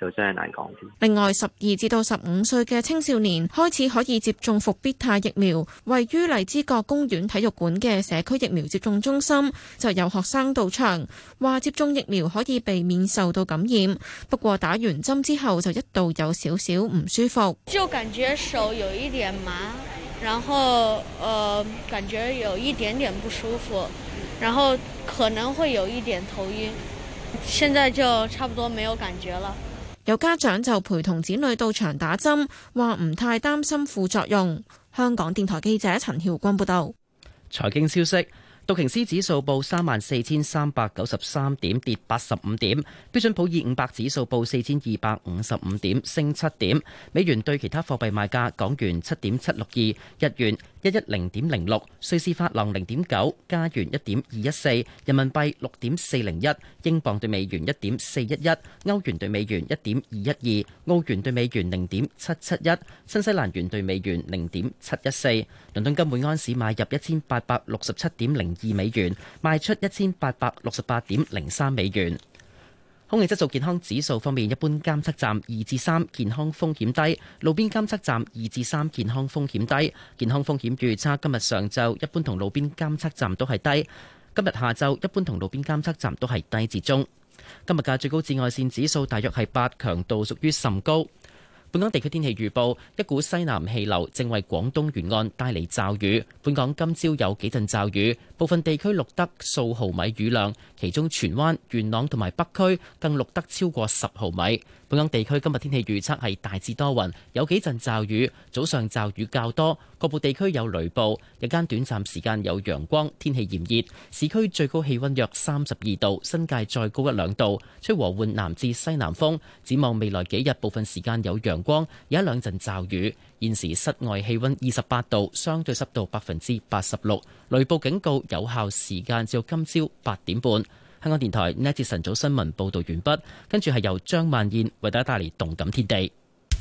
就真係難講添。 另外，十二至到十五歲嘅青少年開始可以接種復必泰疫苗。位於荔枝角公園體育館嘅社區疫苗接種中心就有學生到場，話接種疫苗可以避免受到感染。不過打完針之後就一度有少少唔舒服， 就感覺手有一點麻，然後呃感覺有一點點不舒服，然後可能會有一點頭暈。現在就差不多沒有感覺了。 有家長就陪同子女到場打針，話唔太擔心副作用。香港電台記者陳曉君報道。 財經消息。道瓊斯指數報三萬四千三百九十三點，跌八十五點。標準普爾五百指數報四千二百五十五點，升七點。美元對其他貨幣賣價：港元七點七六二，日元一一零點零六，瑞士法郎零點九，加元一點二一四，人民幣六點四零一，英鎊對美元一點四一一，歐元對美元一點二一二，澳元對美元零點七七一，新西蘭元對美元零點七一四。倫敦金每安士買入一千八百六十七點零二美元，賣出一千八百六十八點零三美元。空氣質素健康指數方面，一般監測站二至三，健康風險低；路邊監測站二至三，健康風險低。健康風險預測今日上晝一般同路邊監測站都係低，今日下晝一般同路邊監測站都係低至中。今日嘅最高紫外線指數大約係八，強度屬於甚高。本港地區天氣預報，一股西南氣流正為廣東沿岸帶嚟驟雨。本港今朝有幾陣驟雨，部分地區錄得數毫米雨量，其中荃灣、元朗同埋北區更錄得超過十毫米。本港地區今日天氣預測係大致多雲，有幾陣驟雨，早上驟雨較多，局部地區有雷暴，日間短暫時間有陽光，天氣炎熱。市區最高氣溫約三十二度，新界再高一兩度，吹和緩南至西南風。展望未來幾日，部分時間有陽光，有一兩陣驟雨。現時室外氣溫二十八度，相對濕度百分之八十六，雷暴警告有效時間至到今朝八點半。香港電台呢一節晨早新聞報道完畢，跟住係由張萬燕為大家帶嚟動感天地。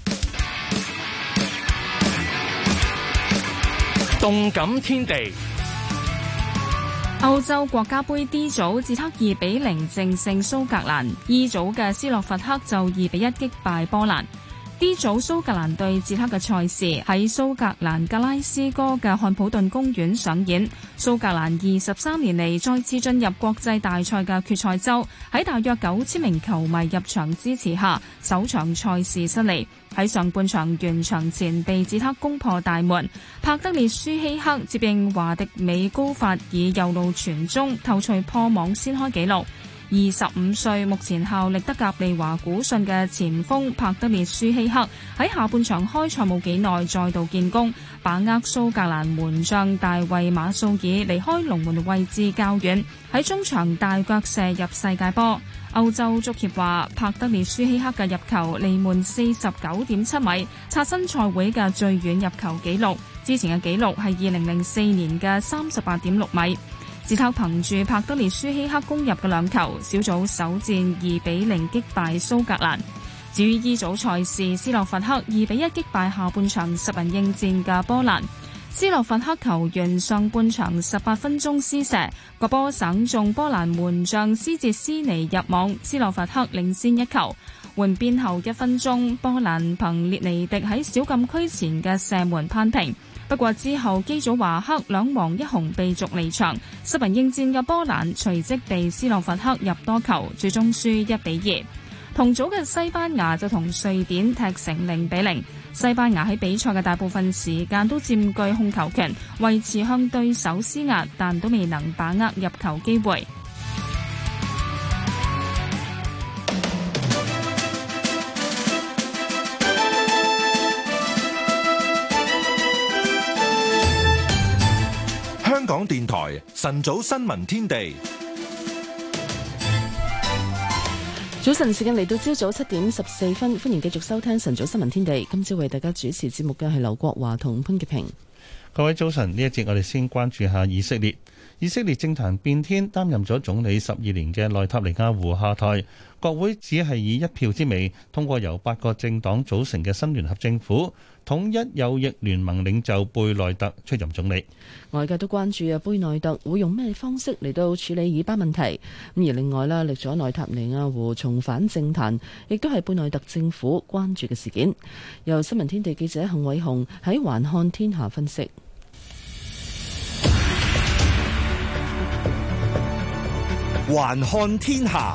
動感天地， 歐洲國家盃 D 組，捷克二比零淨勝蘇格蘭；E 組嘅斯洛伐克就二比一擊敗波蘭。D 組蘇格蘭對捷克嘅賽事喺蘇格蘭格拉斯哥嘅漢普頓公園上演。蘇格蘭二十三年嚟再次進入國際大賽嘅決賽周，喺大約九千名球迷入場支持下，首場賽事失利。喺上半場完場前被捷克攻破大門，帕德列舒希克接應華迪美高法以右路傳中，頭槌破網先開紀錄。二十五歲，目前效力德甲利華古遜嘅前鋒帕德列舒希克喺下半場開賽冇幾耐再度建功，把握蘇格蘭門將大衛馬素爾離開龍門位置較遠，喺中場大腳射入世界波。歐洲足協話，帕德列舒希克嘅入球離門四十九點七米，刷新賽會嘅最遠入球紀錄，之前嘅紀錄係二零零四年嘅三十八點六米。捷克憑住帕德列舒希克攻入嘅兩球，小組首戰二比零擊敗蘇格蘭。至於 E 組賽事，斯洛伐克二比一擊敗下半場十人應戰嘅波蘭。斯洛伐克球員上半場十八分鐘施射，個波省中波蘭門將斯捷斯尼入網，斯洛伐克領先一球。換邊後一分鐘，波蘭憑列尼迪喺小禁區前嘅射門扳平。不過之後基祖華克兩黃一紅被逐離場，十人應戰嘅波蘭隨即被斯洛伐克入多球，最終輸一比二。同組嘅西班牙就同瑞典踢成零比零。西班牙喺比賽嘅大部分時間都佔據控球權，維持向對手施壓，但都未能把握入球機會。 香港電台晨早新聞天地， 早晨時間嚟到朝早七點十四分，歡迎繼續收聽晨早新聞天地。今朝為大家主持節目嘅係劉國華同潘潔平。 各位早晨，呢一節我哋先關注下以色列。以色列政壇變天，擔任咗總理十二年嘅內塔尼亞胡下台，國會只係以一票之微通過由八個政黨組成嘅新聯合政府。 統一右翼聯盟領袖貝內特出任總理。 外界都關注啊，貝內特會用咩方式嚟到處理以巴問題。咁而另外啦，歷咗內塔尼亞胡重返政壇，亦都係貝內特政府關注嘅事件。由新聞天地記者幸偉雄喺環看天下分析。 環看天下。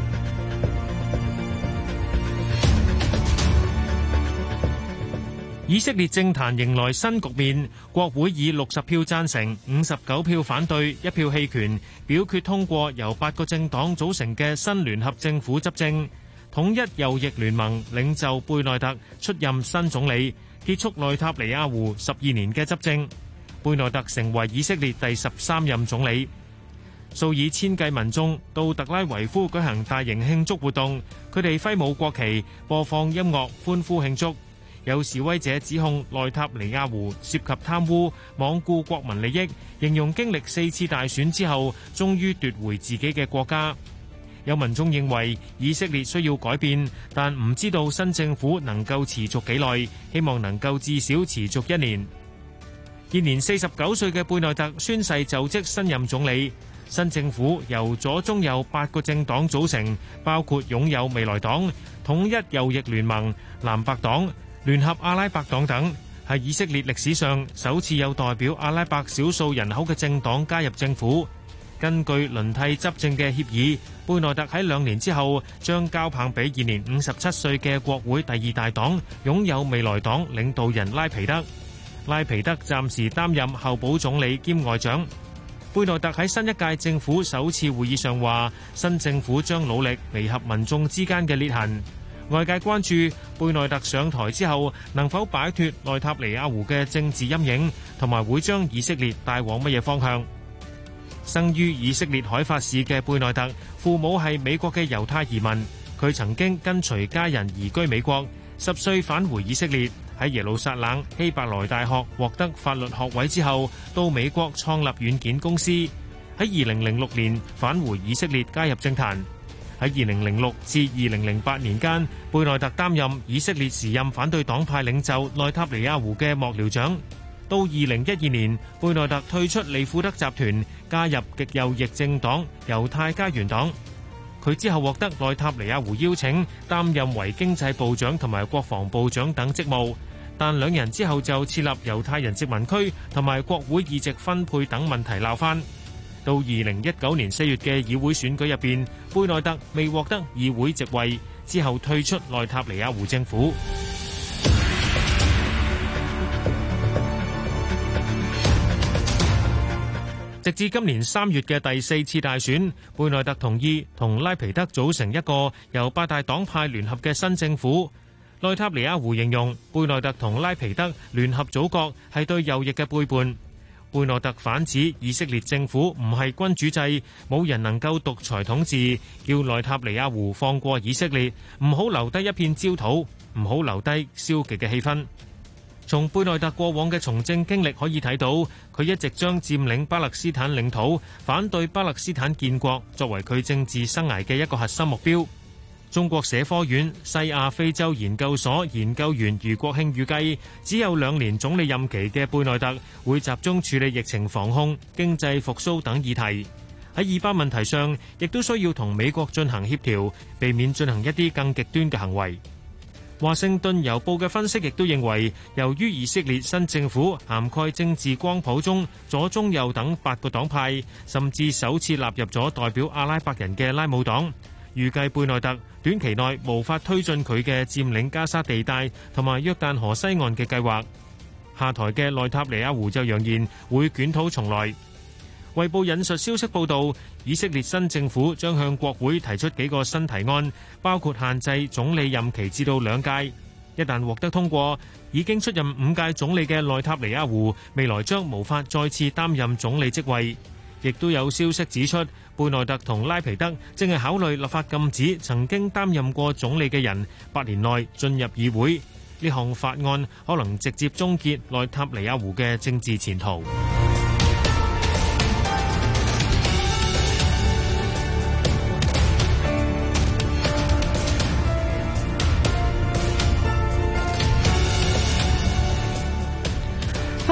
以色列政壇迎來新局面，國會以六十票贊成、五十九票反對、一票棄權，表決通過由八個政黨組成嘅新聯合政府執政。統一右翼聯盟領袖貝內特出任新總理，結束內塔尼亞胡十二年嘅執政。貝內特成為以色列第十三任總理。數以千計民眾到特拉維夫舉行大型慶祝活動，佢哋揮舞國旗、播放音樂、歡呼慶祝。有示威者指控內塔尼亞胡涉及貪污、罔顧國民利益，形容經歷四次大選之後，終於奪回自己嘅國家。有民眾認為以色列需要改變，但唔知道新政府能夠持續幾耐，希望能夠至少持續一年。現年四十九歲嘅貝內特宣誓就職新任總理。新政府由左中右八個政黨組成，包括擁有未來黨、統一右翼聯盟、藍白黨、聯合阿拉伯黨等，係以色列歷史上首次有代表阿拉伯少數人口嘅政黨加入政府。根據輪替執政嘅協議，貝內特喺兩年之後將交棒俾現年五十七歲嘅國會第二大黨擁有未來黨領導人拉皮德。拉皮德暫時擔任候補總理兼外長。貝內特喺新一屆政府首次會議上話，新政府將努力彌合民眾之間嘅裂痕。外界關注貝內特上台之後能否擺脫內塔尼亞胡嘅政治陰影，同埋會將以色列帶往乜嘢方向。生於以色列海法市嘅貝內特，父母係美國嘅猶太移民，佢曾經跟隨家人移居美國，十歲返回以色列，喺耶路撒冷希伯來大學獲得法律學位之後，到美國創立軟件公司。喺二零零六年返回以色列加入政壇。喺二零零六至二零零八年間，貝內特擔任以色列時任反對黨派領袖內塔尼亞胡嘅幕僚長。到二零一二年，貝內特退出利庫德集團，加入極右翼政黨猶太家園黨。佢之後獲得內塔尼亞胡邀請，擔任為經濟部長同埋國防部長等職務，但兩人之後就設立猶太人殖民區同埋國會議席分配等問題鬧翻。到二零一九年四月嘅議會選舉入邊，貝內特未獲得議會席位，之後退出內塔尼亞胡政府。直至今年三月嘅第四次大選，貝內特同意同拉皮德組成一個由八大黨派聯合嘅新政府。內塔尼亞胡形容貝內特同拉皮德聯合組閣係對右翼嘅背叛。貝內特反指以色列政府唔係君主制，冇人能夠獨裁統治，叫內塔尼亞胡放過以色列，唔好留低一片焦土，唔好留低消極嘅氣氛。從貝內特過往嘅從政經歷可以睇到，佢一直將佔領巴勒斯坦領土、反對巴勒斯坦建國作為佢政治生涯嘅一個核心目標。中國社科院西亞非洲研究所研究員余國慶預計，只有兩年總理任期嘅貝內特會集中處理疫情防控、經濟復甦等議題。喺以巴問題上，亦都需要同美國進行協調，避免進行一啲更極端嘅行為。華盛頓郵報嘅分析亦都認為，由於以色列新政府涵蓋政治光譜中左、中、右等八個黨派，甚至首次納入咗代表阿拉伯人嘅拉姆黨，預計貝內特短期內無法推進佢嘅佔領加沙地帶同埋約旦河西岸嘅計劃。下台嘅內塔尼亞胡就揚言會捲土重來。衛報引述消息報道，以色列新政府將向國會提出幾個新提案，包括限制總理任期至到兩屆。一旦獲得通過，已經出任五屆總理嘅內塔尼亞胡未來將無法再次擔任總理職位。亦都有消息指出，貝內特同拉皮德正係考慮立法禁止曾經擔任過總理嘅人八年內進入議會。呢項法案可能直接終結內塔尼亞胡嘅政治前途。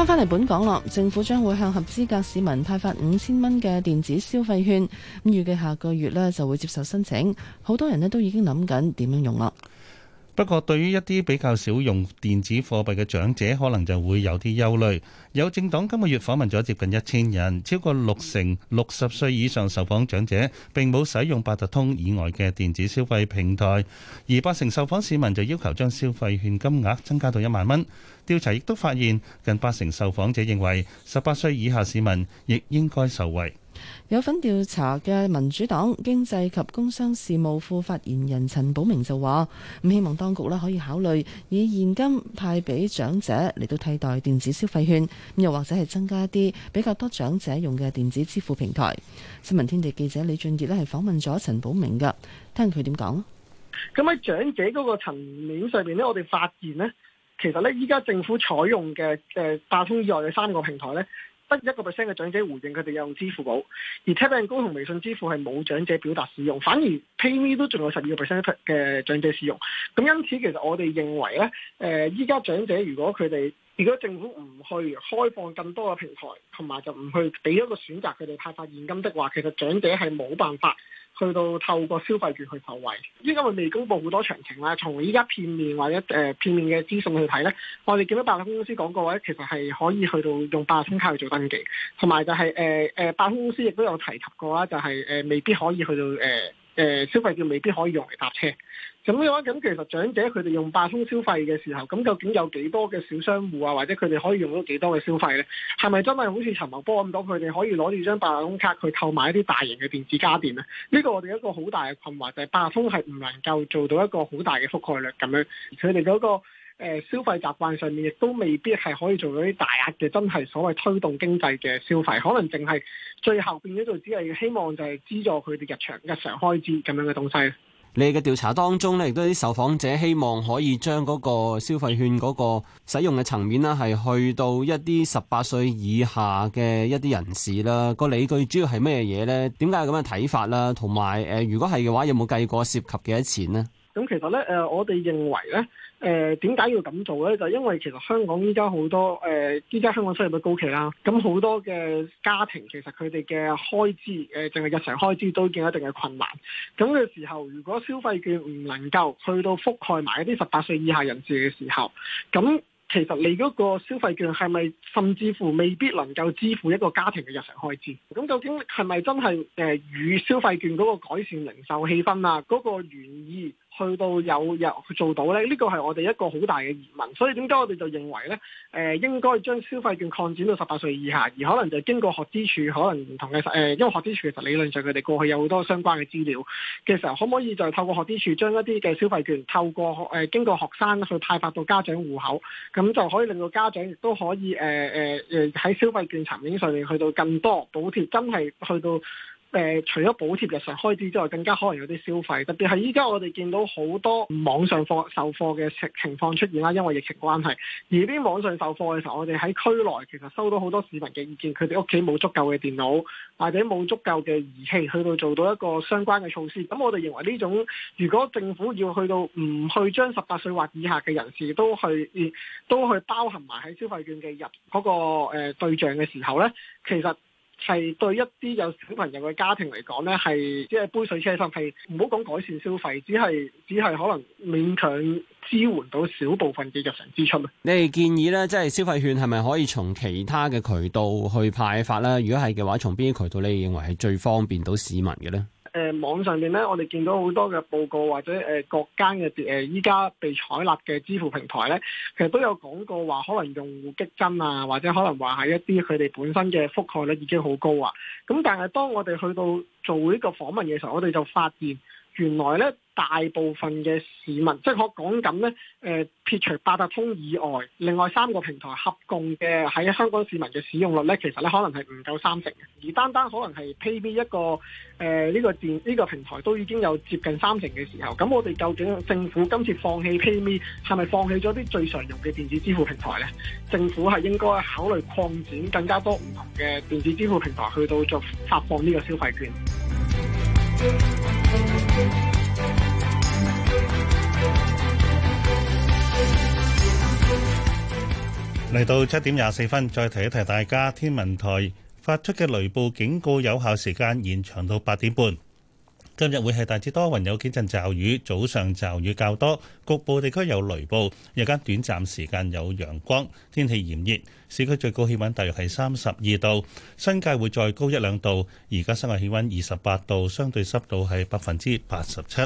返嚟本港咯，政府將會向合資格市民派發五千蚊嘅電子消費券，咁預計下個月呢就會接受申請，好多人呢都已經諗緊點樣用啦。 不過，對於一啲比較少用電子貨幣嘅長者，可能就會有啲憂慮。有政黨今個月訪問咗接近一千人，超過六成六十歲以上受訪長者並冇使用八達通以外嘅電子消費平台，而八成受訪市民就要求將消費券金額增加到一萬蚊。調查亦都發現，近八成受訪者認為十八歲以下市民亦應該受惠。 有份調查嘅民主黨經濟及工商事務副發言人陳寶明就話：咁希望當局咧可以考慮以現金派俾長者嚟到替代電子消費券，又或者係增加一啲比較多長者用嘅電子支付平台。新聞天地記者李俊傑咧係訪問咗陳寶明㗎，聽佢點講。 咁喺長者嗰個層面上面呢，我哋發現呢，其實呢，依家政府採用嘅誒八達通以外嘅三個平台呢，得一個 percent 嘅長者回應佢哋有用支付寶，而 Tap and Go 同微信支付係冇長者表達使用，反而 PayMe 都仲有十二個 percent 嘅長者使用。咁因此其實我哋認為咧，誒依家長者如果佢哋如果政府唔去開放更多嘅平台，同埋就唔去俾一個選擇佢哋派發現金的話，其實長者係冇辦法去到透過消費券去受惠。依家我未公布好多詳情啦，從依家片面或者誒、呃、片面嘅資訊去睇咧，我哋見到八達通公司講過話，其實係可以去到用八達通卡去做登記，同埋就係誒誒八達通公司亦都有提及過啦，就係、是、誒、呃、未必可以去到誒誒、呃、消費券未必可以用嚟搭車。咁嘅話，咁其實長者佢哋用八達通消費嘅時候，咁究竟有幾多嘅小商戶啊，或者佢哋可以用到幾多嘅消費呢？係咪真係好似陳茂波咁講，佢哋可以攞住張八達通卡去購買一啲大型嘅電子家電呢？呢個我哋一個好大嘅困惑就係八達通係唔能夠做到一個好大嘅覆蓋率咁樣，佢哋嗰個誒消費習慣上面亦都未必係可以做到啲大額嘅真係所謂推動經濟嘅消費，可能淨係最後變咗做只係希望就係資助佢哋日常日常開支咁樣嘅東西。 你哋嘅調查當中咧，亦都有啲受訪者希望可以將嗰個消費券嗰個使用嘅層面啦，係去到一啲十八歲以下嘅一啲人士啦。個理據主要係咩嘢咧？點解有咁嘅睇法啦？同埋誒，如果係嘅話，有冇計過涉及幾多錢呢？ 咁其實咧，誒、呃，我哋認為咧，誒點解要咁做咧？就係、因為其實香港依家好多誒，依、呃、家香港收入率高企啦，咁好多嘅家庭其實佢哋嘅開支，誒、呃，淨係日常開支都已經一定嘅困難。咁嘅時候，如果消費券唔能夠去到覆蓋埋一啲十八歲以下人士嘅時候，咁其實你嗰個消費券係咪甚至乎未必能夠支付一個家庭嘅日常開支？咁究竟係咪真係誒與消費券嗰個改善零售氣氛啊，嗰、嗰個原意去到有有做到呢？呢個係我哋一個好大嘅疑問。所以點解我哋就認為呢？誒、呃、應該將消費券擴展到十八歲以下，而可能就經過學資處可能唔同嘅誒、呃，因為學資處其實理論上佢哋過去有好多相關嘅資料嘅時候，可唔可以就透過學資處將一啲嘅消費券透過誒、呃、經過學生去派發到家長戶口，咁就可以令到家長亦都可以誒誒誒喺消費券層面上面去到更多補貼，真係去到。誒、呃，除咗補貼日常開支之外，更加可能有啲消費，特別係依家我哋見到好多網上貨售貨嘅情況出現啦，因為疫情關係。而啲網上售貨嘅時候，我哋喺區內其實收到好多市民嘅意見，佢哋屋企冇足夠嘅電腦或者冇足夠嘅儀器去到做到一個相關嘅措施。咁我哋認為呢種，如果政府要去到唔去將十八歲或以下嘅人士都去都去包含埋喺消費券嘅入嗰個誒對象嘅時候呢，其實。係對一啲有小朋友嘅家庭嚟講呢，係即係杯水車薪，係唔好講改善消費，只係只係可能勉強支援到少部分嘅日常支出。 你哋建議呢，即係消費券係咪可以從其他嘅渠道去派發呢？如果係嘅話，從邊啲渠道你認為係最方便到市民嘅呢？ 誒、呃、網上邊咧，我哋見到好多嘅報告或者誒、呃、各間嘅誒依家被採納嘅支付平台咧，其實都有講過話，可能用戶激增啊，或者可能話係一啲佢哋本身嘅覆蓋率已經好高啊。咁但係當我哋去到做呢個訪問嘅時候，我哋就發現原來咧大部分嘅市民，即係我講緊咧誒撇除八達通以外，另外三個平台合共嘅喺香港市民嘅使用率咧，其實咧可能係唔夠三成嘅，而單單可能係 PayMe 一個誒呢、呃這個電呢、這個平台都已經有接近三成嘅時候，咁我哋究竟政府今次放棄 PayMe 係咪放棄咗啲最常用嘅電子支付平台咧？政府係應該考慮擴展更加多唔同嘅電子支付平台去到做發放呢個消費券。 嚟到七點廿四分，再提一提大家，天文台發出嘅雷暴警告有效時間延長到八點半。今日會係大致多雲，有幾陣驟雨，早上驟雨較多，局部地區有雷暴，日間短暫時間有陽光，天氣炎熱。市區最高氣溫大約係三十二度，新界會再高一兩度。而家室外氣溫二十八度，相對濕度係百分之八十七。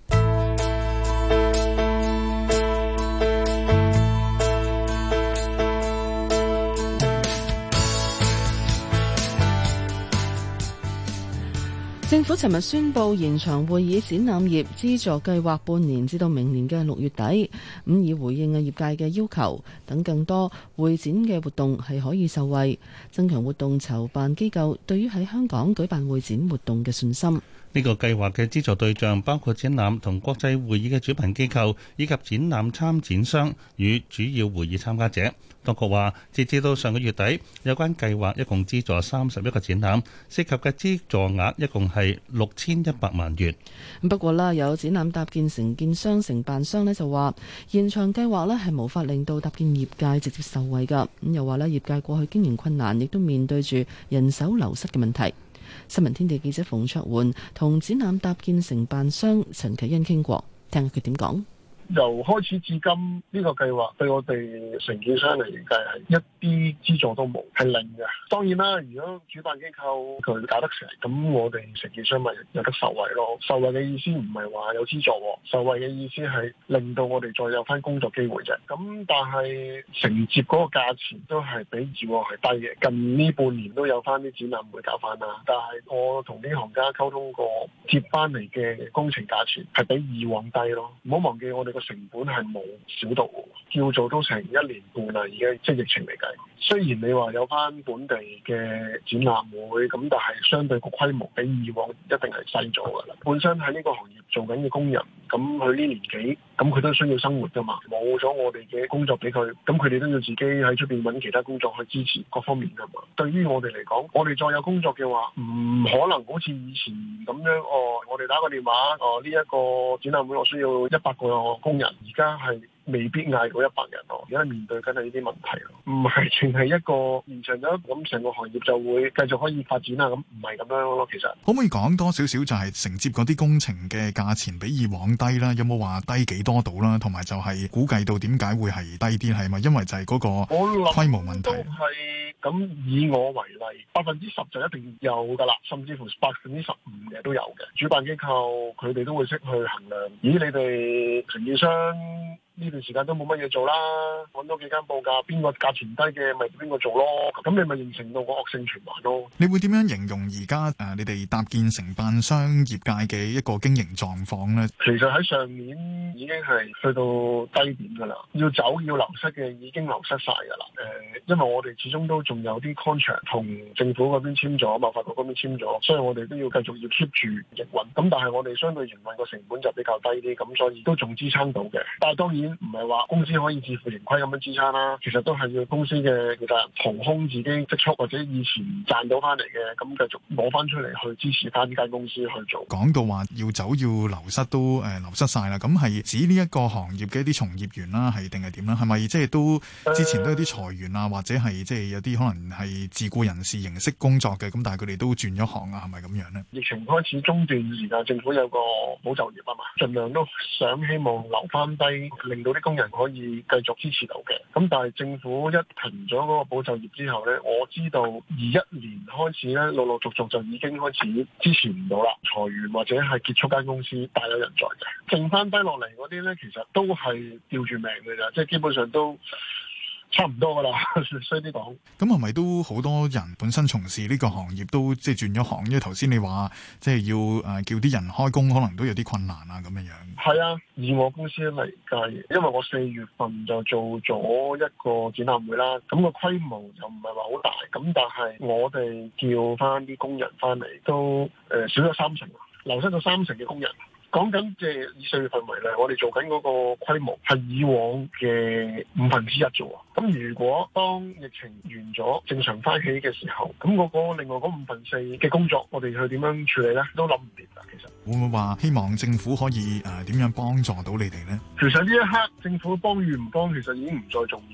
政府尋日宣布延長會議展覽業資助計劃半年，至到明年嘅六月底，咁以回應啊業界嘅要求，等更多會展嘅活動係可以受惠，增強活動籌辦機構對於喺香港舉辦會展活動嘅信心。 呢個計劃嘅資助對象包括展覽同國際會議嘅主辦機構，以及展覽參展商與主要會議參加者。當局話，截至到上個月底，有關計劃一共資助三十一個展覽，涉及嘅資助額一共係六千一百萬元。 不過啦，有展覽搭建承建商承辦商呢就話，延長計劃呢係無法令到搭建業界直接受惠㗎。咁又話呢，業界過去經營困難，亦都面對住人手流失嘅問題。新聞天地記者馮卓媛同展覽搭建承辦商陳啟欣傾過，聽下佢點講。 由開始至今呢個計劃對我哋承建商嚟計係一啲資助都冇，係零嘅。當然啦，如果主辦機構佢搞得成，咁我哋承建商咪有得受惠咯。受惠嘅意思唔係話有資助，受惠嘅意思係令到我哋再有翻工作機會啫。咁但係承接嗰個價錢都係比以往係低嘅。近呢半年都有翻啲展覽會搞翻啦，但係我同啲行家溝通過，接翻嚟嘅工程價錢係比以往低咯。唔好忘記我哋成本係冇少到，叫做都成一年半啦，而家即係疫情嚟計。雖然你話有翻本地嘅展覽會，咁但係相對個規模比以往一定係細咗噶啦。本身喺呢個行業做緊嘅工人，咁佢呢年紀，咁佢都需要生活噶嘛。冇咗我哋嘅工作俾佢，咁佢哋都要自己喺出邊揾其他工作去支持各方面噶嘛。對於我哋嚟講，我哋再有工作嘅話，唔可能好似以前咁樣哦。我哋打個電話，哦呢一個展覽會我需要一百個工人，而家係未必嗌到一百人咯。而家面對緊係呢啲問題咯，唔係淨係一個延長咗，咁成個行業就會繼續可以發展啊。咁唔係咁樣咯。其實可唔可以講多少少就係承接嗰啲工程嘅價錢比以往低啦？有冇話低幾多度啦？同埋就係估計到點解會係低啲？係咪因為就係嗰個規模問題？ 係咁，以我為例，百分之十就一定有㗎啦，甚至乎百分之十五嘅都有嘅。主辦機構佢哋都會識去衡量。咦，你哋承建商呢段時間都冇乜嘢做啦，揾多幾間報價，邊個價錢低嘅咪邊個做咯，咁你咪形成到個惡性循環咯。 你會點樣形容而家誒你哋搭建承辦商業界嘅一個經營狀況呢？ 其實喺上年已經係去到低點㗎啦，要走要流失嘅已經流失晒㗎啦。誒、呃，因為我哋始終都仲有啲 contract 同政府嗰邊簽咗，貿發局嗰邊簽咗，所以我哋都要繼續要 keep 住營運。咁但係我哋相對營運個成本就比較低啲，咁所以都仲支撐到嘅。但係當然唔係話公司可以自負盈虧咁樣支撐啦，其實都係要公司嘅其實掏空自己積蓄或者以前賺到翻嚟嘅，咁繼續攞翻出嚟去支持翻呢間公司去做。 講到話要走要流失都誒、呃、流失晒啦，咁係指呢一個行業嘅一啲從業員啦，係定係點啦？係咪即係都之前都有啲裁員啊，或者係即係有啲可能係自僱人士形式工作嘅，咁但係佢哋都轉咗行啊，係咪咁樣呢？ 疫情開始中段時間，政府有個保就業啊嘛，盡量都想希望留翻低，令到啲工人可以繼續支持到嘅。咁但係政府一停咗嗰個保就業之後呢，我知道二一年開始呢，陸陸續續就已經開始支持唔到啦，裁員或者係結束間公司大有人在嘅。剩翻低落嚟嗰啲呢，其實都係吊住命嘅咋，即係基本上都差唔多噶啦，衰啲講。 咁係咪都好多人本身從事呢個行業都即係轉咗行？因為頭先你話即係要誒、呃、叫啲人開工，可能都有啲困難啊咁樣樣。係啊，以我公司嚟計，因為我四月份就做咗一個展覽會啦，咁、個規模又唔係話好大，咁但係我哋叫翻啲工人翻嚟都誒、呃、少咗三成，流失咗三成嘅工人。講緊即係以四月份為例，我哋做緊嗰個規模係以往嘅五分之一啫喎。咁如果當疫情完咗，正常翻起嘅時候，咁嗰個另外嗰五分四嘅工作，我哋去點樣處理呢？都諗唔掂啦。其實會唔會話希望政府可以誒點樣幫助到你哋呢？ 其實呢一刻政府幫與唔幫，其實已經唔再重要啦。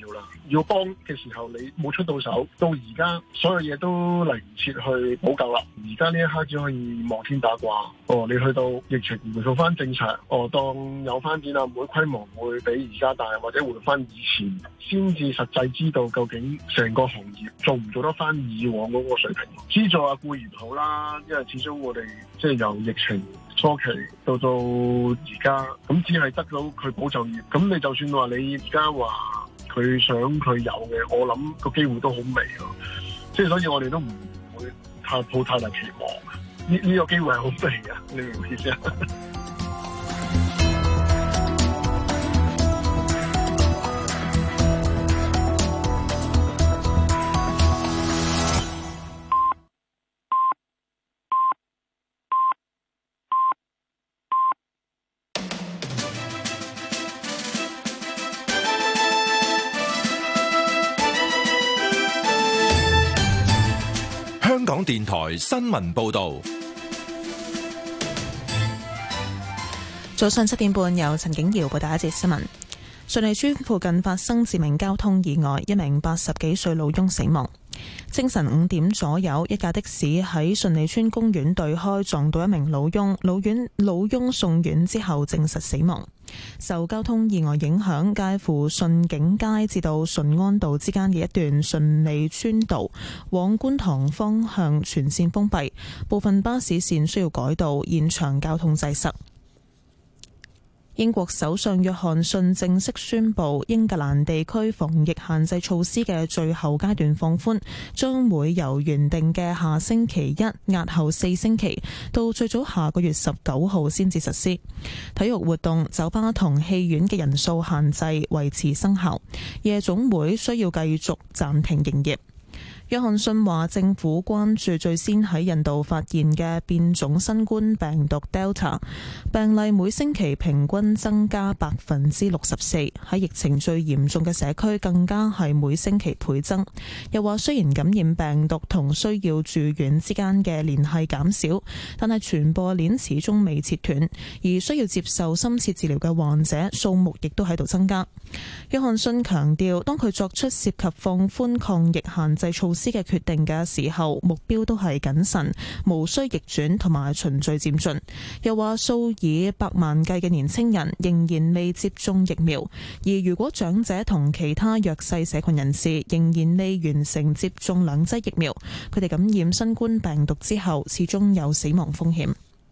要幫嘅時候，你冇出到手，到而家所有嘢都嚟唔切去補救啦。而家呢一刻只可以望天打卦。哦，你去到疫情回復翻正常，哦，當有翻展覽會規模會比而家大，或者回翻以前，先至實際知道究竟成個行業做唔做得翻以往嗰個水平。資助啊固然好啦，因為始終我哋即係由疫情初期到到而家，咁只係得到佢保就業。咁你就算話你而家話佢想佢有嘅，我諗個機會都好微咯。即係所以我哋都唔會太抱太大期望。呢呢個機會係好微啊！你明唔明意思啊？ 香港電台新聞報道。 早上七點半，由陳景瑤報道一節新聞。順利村附近發生致命交通意外，一名八十幾歲老翁死亡。清晨五點左右，一架的士喺順利村公園對開撞到一名老翁，老院老翁送院之後證實死亡。受交通意外影響，介乎順景街至到順安道之間嘅一段順利村道往觀塘方向全線封閉，部分巴士線需要改道，現場交通擠塞。英國首相約翰遜正式宣布，英格蘭地區防疫限制措施嘅最後階段放寬，將會由原定嘅下星期一押後四星期，到最早下個月十九號先至實施。體育活動、酒吧同戲院嘅人數限制維持生效，夜總會需要繼續暫停營業。約翰遜話：政府關注最先喺印度發現嘅變種新冠病毒 Delta 病例，每星期平均增加百分之六十四，喺疫情最嚴重嘅社區更加係每星期倍增。又話雖然感染病毒同需要住院之間嘅聯繫減少，但係傳播鏈始終未切斷，而需要接受深切治療嘅患者數目亦都喺度增加。約翰遜強調，當佢作出涉及放寬抗疫限制措施嘅決定嘅時候，目標都係謹慎，無需逆轉同埋循序漸進。又話數以百萬計嘅年輕人仍然未接種疫苗，而如果長者同其他弱勢社群人士仍然未完成接種兩劑疫苗，佢哋感染新冠病毒之後，始終有死亡風險。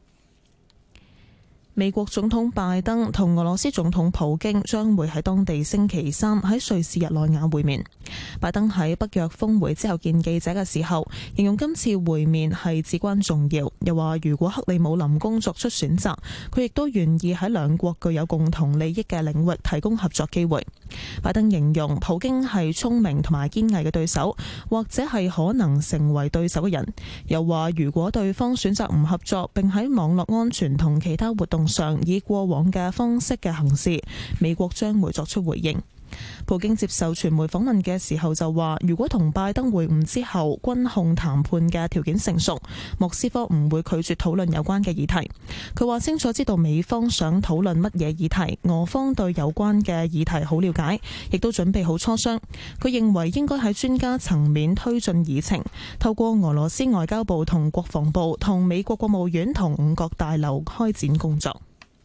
美國總統拜登同俄羅斯總統普京將會喺當地星期三喺瑞士日內瓦會面。拜登喺北約峰會之後見記者嘅時候，形容今次會面係至關重要，又話如果克里姆林宮作出選擇，佢亦都願意喺兩國具有共同利益嘅領域提供合作機會。拜登形容普京係聰明同埋堅毅嘅對手，或者係可能成為對手嘅人。又話如果對方選擇唔合作，並喺網絡安全同其他活動上以過往嘅方式嘅行事，美國將會作出回應。普京接受傳媒訪問嘅時候就話，如果同拜登會晤之後軍控談判嘅條件成熟，莫斯科唔會拒絕討論有關嘅議題。佢話清楚知道美方想討論乜嘢議題，俄方對有關嘅議題好了解，亦都準備好磋商。佢認為應該喺專家層面推進議程，透過俄羅斯外交部同國防部同美國國務院同五角大樓開展工作。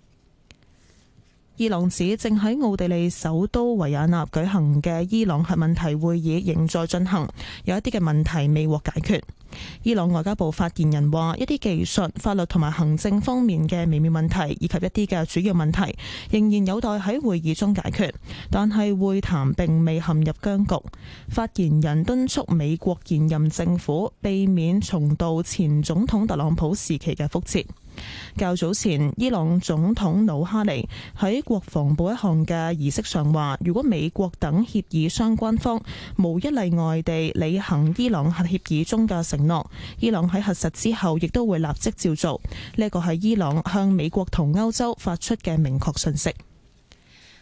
伊朗指正喺奧地利首都維也納舉行嘅伊朗核問題會議仍在進行，有一啲嘅問題未獲解決。伊朗外交部發言人話，一啲技術、法律同埋行政方面嘅微妙問題，以及一啲嘅主要問題，仍然有待喺會議中解決，但係會談並未陷入僵局。發言人敦促美國現任政府避免重蹈前總統特朗普時期嘅覆轍。較早前，伊朗總統魯哈尼喺國防部一項嘅儀式上話，如果美國等協議相關方無一例外地履行伊朗核協議中嘅承諾，伊朗喺核實之後亦都會立即照做。呢個係伊朗向美國同歐洲發出嘅明確訊息。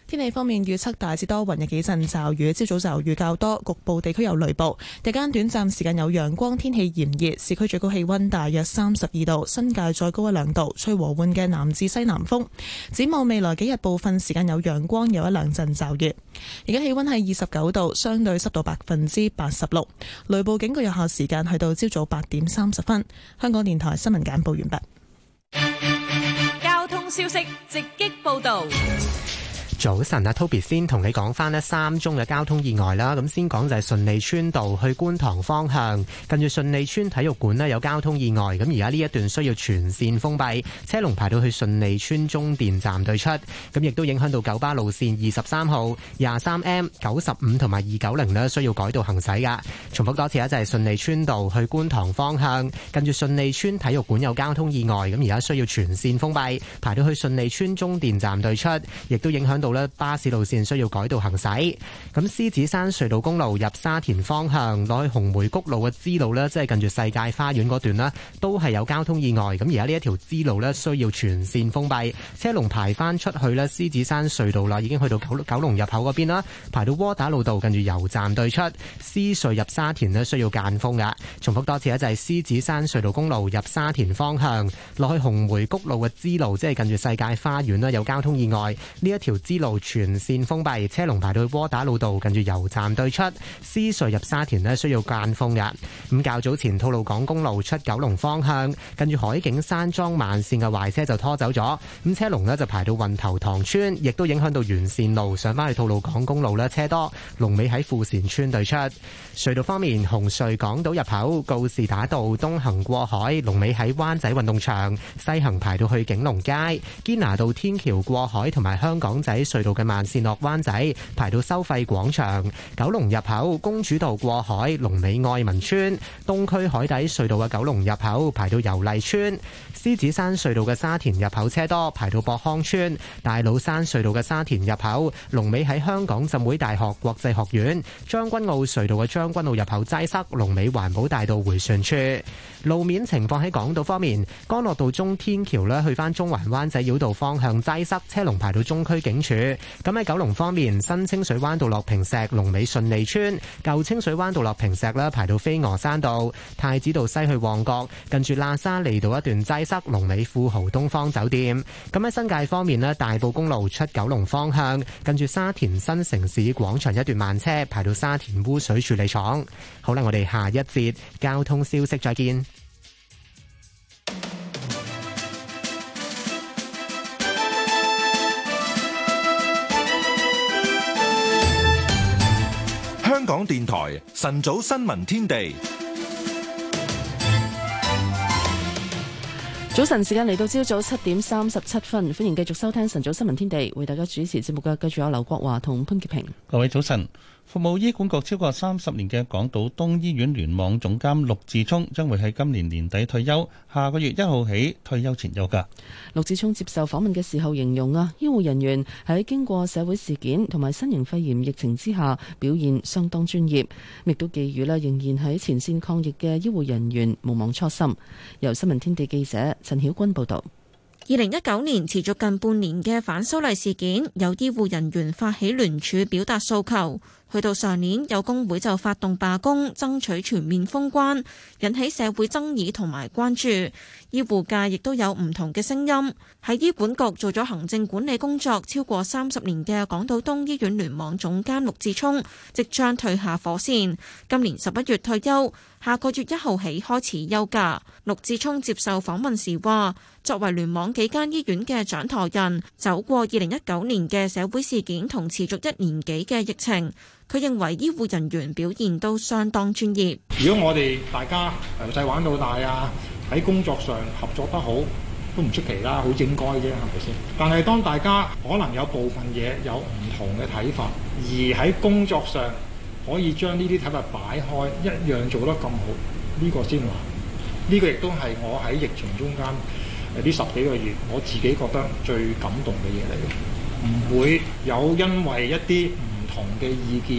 天氣方面預測大致多雲，有幾陣驟雨，朝早驟雨較多，局部地區有雷暴。日間短暫時間有陽光，天氣炎熱，市區最高氣溫大約三十二度，新界再高一兩度，吹和緩嘅南至西南風。展望未來幾日，部分時間有陽光，有一兩陣驟雨。而家氣溫係二十九度，相對濕度百分之八十六，雷暴警告有效時間去到朝早八點三十分。香港電台新聞簡報完畢。 交通消息直擊報道。 早晨啊 Toby 先同你講翻呢三宗嘅交通意外啦。咁先講就係順利村道去觀塘方向，近住順利村體育館呢有交通意外，咁而家呢一段需要全線封閉，車龍排到去順利村中電站對出，咁亦都影響到九巴路線二十三號、廿三 M、九十五同埋二九零呢需要改道行駛噶。重複多次啊，就係順利村道去觀塘方向，近住順利村體育館有交通意外，咁而家需要全線封閉，排到去順利村中電站對出，亦都影響到巴士路線需要改道行駛。咁獅子山隧道公路入沙田方向落去紅梅谷路嘅支路呢，即係近住世界花園嗰段啦，都係有交通意外。咁而家呢一條支路呢，需要全線封閉，車龍排翻出去呢獅子山隧道啦，已經去到九九龍入口嗰邊啦，排到窩打老道近住油站對出。獅隧入沙田呢，需要間封噶。重複多次呢，就係獅子山隧道公路入沙田方向落去紅梅谷路嘅支路，即係近住世界花園啦，有交通意外。呢一條支路全線封閉，車龍排到窩打老道近住油站對出。獅隧入沙田呢，需要間封嘅。咁較早前吐露港公路出九龍方向，近住海景山莊慢線嘅壞車就拖走咗，咁車龍呢就排到運頭塘村，亦都影響到沿線路上翻去吐露港公路呢，車多，龍尾喺富善村對出。隧道方面，紅隧港島入口告士打道東行過海，龍尾喺灣仔運動場；西行排到去景隆街。堅拿道天橋過海同埋香港仔隧道嘅慢線落灣仔，排到收費廣場。九龍入口公主道過海，龍尾愛民村。東區海底隧道嘅九龍入口排到油麗村。獅子山隧道嘅沙田入口車多，排到博康村。大老山隧道嘅沙田入口龍尾喺香港浸會大學國際學院。將軍澳隧道嘅將軍澳入口擠塞，龍尾環保大道回旋處。路面情況喺港島方面，干諾道中天橋呢去返中環灣仔繞道方向擠塞，車龍排到中區警署。咁喺九龍方面，新清水灣道落坪石龍尾順利村，舊清水灣道落坪石啦排到飛鵝山道。太子道西去旺角，近住喇沙利道一段擠塞，龍尾富豪東方酒店。咁喺新界方面呢，大埔公路出九龍方向，近住沙田新城市廣場一段慢車，排到沙田污水處理廠。好啦，我哋下一節交通消息再見。 香港電台晨早新聞天地， 早晨時間嚟到朝早七點三十七分，歡迎繼續收聽晨早新聞天地，為大家主持節目嘅繼續有劉國華同潘潔平。 各位早晨。服務醫管局超過三十年嘅港島東醫院聯網總監陸志聰將會喺今年年底退休，下個月一號起退休前休假。 陸志聰接受訪問嘅時候形容啊，醫護人員喺經過社會事件同埋新型肺炎疫情之下表現相當專業，亦都寄語啦仍然喺前線抗疫嘅醫護人員無忘初心。由新聞天地記者陳曉君報道。 二零一九年持續近半年嘅反修例事件，有醫護人員發起聯署表達訴求。去到上年，有工會就發動罷工，爭取全面封關，引起社會爭議同埋關注。醫護界亦都有唔同嘅聲音。喺醫管局做咗行政管理工作超過三十年嘅港島東醫院聯網總監陸志聰，即將退下火線，今年十一月退休，下個月一號起開始休假。陸志聰接受訪問時話，作為聯網幾間醫院嘅掌舵人，走過二零一九年嘅社會事件同持續一年幾嘅疫情，佢認為醫護人員表現都相當專業。 如果我哋大家由細玩到大啊，喺工作上合作得好，都唔出奇啦，好應該啫，係咪先？但係當大家可能有部分嘢有唔同嘅睇法，而喺工作上可以將呢啲睇法擺開，一樣做得咁好，呢個先話。呢個亦都係我喺疫情中間呢十幾個月，我自己覺得最感動嘅嘢嚟嘅。唔會有因為一啲唔同嘅意見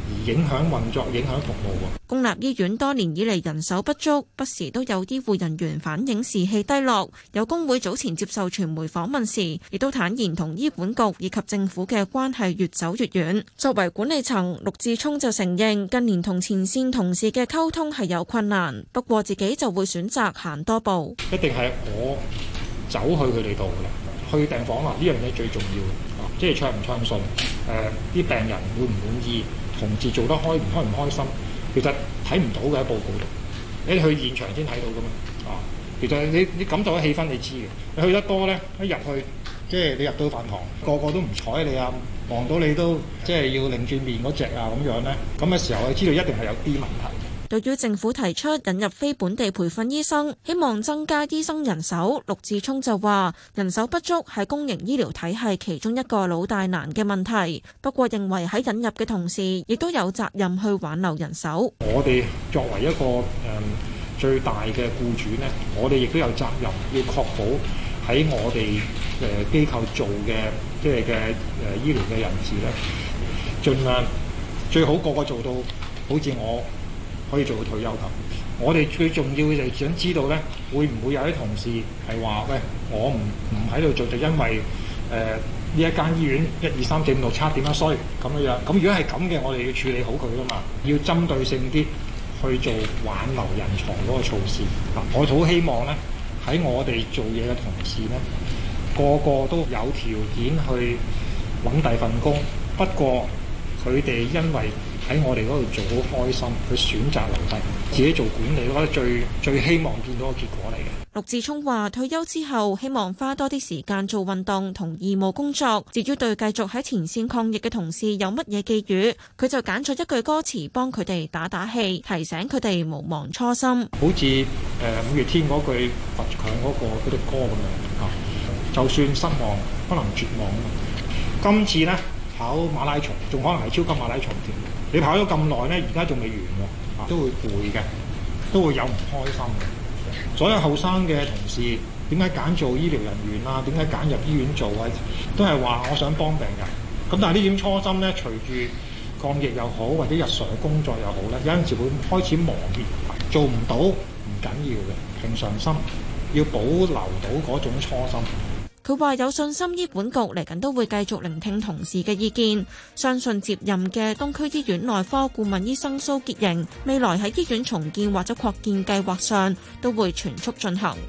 而影響運作、影響服務喎。 公立醫院多年以嚟人手不足，不時都有醫護人員反映士氣低落。有工會早前接受傳媒訪問時，亦都坦言同醫管局以及政府嘅關係越走越遠。作為管理層，陸志聰就承認近年同前線同事嘅溝通係有困難，不過自己就會選擇行多步。 一定係我走去佢哋度㗎啦，去病房啦，呢樣嘢最重要嘅，即係暢唔暢順，誒、呃、啲病人滿唔滿意，同事做得開唔開唔開心，其實睇唔到嘅喺報告度，你去現場先睇到㗎嘛。啊，其實你你感受嘅氣氛你知嘅，你去得多咧，一入去即係你入到飯堂，個個都唔睬你啊，望到你都即係要擰轉面嗰隻啊咁樣咧，咁嘅時候你知道一定係有啲問題。 對於政府提出引入非本地培訓醫生，希望增加醫生人手，陸志聰就話人手不足係公營醫療體系其中一個老大難嘅問題。不過認為喺引入嘅同時，亦都有責任去挽留人手。 我哋作為一個誒、嗯、最大嘅僱主呢，我哋亦都有責任要確保喺我哋誒機構做嘅即係嘅誒醫療嘅人士咧，盡量最好個個做到好似我可以做到退休咁。我哋最重要嘅就係想知道咧，會唔會有啲同事係話喂，我唔唔喺度做，就因為誒呢一間醫院一二三四五六七點樣衰咁樣樣。咁如果係咁嘅，我哋要處理好佢噶嘛，要針對性啲去做挽留人才嗰個措施。嗱，我好希望咧喺我哋做嘢嘅同事咧，個個都有條件去揾第份工。不過佢哋因為喺我哋嗰度做好開心，佢選擇留低，自己做管理，我覺得最最希望見到個結果嚟嘅。 陸志聰話：退休之後希望花多啲時間做運動同義務工作。至於對繼續喺前線抗疫嘅同事有乜嘢寄語，佢就揀咗一句歌詞幫佢哋打打氣，提醒佢哋無忘初心。 好似誒五月天嗰句佛強嗰個嗰隻歌咁樣啊，就算失望，不能絕望。今次呢，跑馬拉松，仲可能係超級馬拉松添。你跑咗咁耐呢，而家仲未完喎，都會攰嘅，都會有唔開心嘅。所有後生嘅同事點解揀做醫療人員啊？點解揀入醫院做啊？都係話我想幫病人。咁但係呢點初心呢，隨住抗疫又好，或者日常嘅工作又好咧，有陣時會開始磨滅，做唔到唔緊要嘅，平常心，要保留到嗰種初心。 佢話有信心醫管局嚟緊都會繼續聆聽同事嘅意見，相信接任嘅東區醫院內科顧問醫生蘇潔瑩未來喺醫院重建或者擴建計劃上都會全速進行。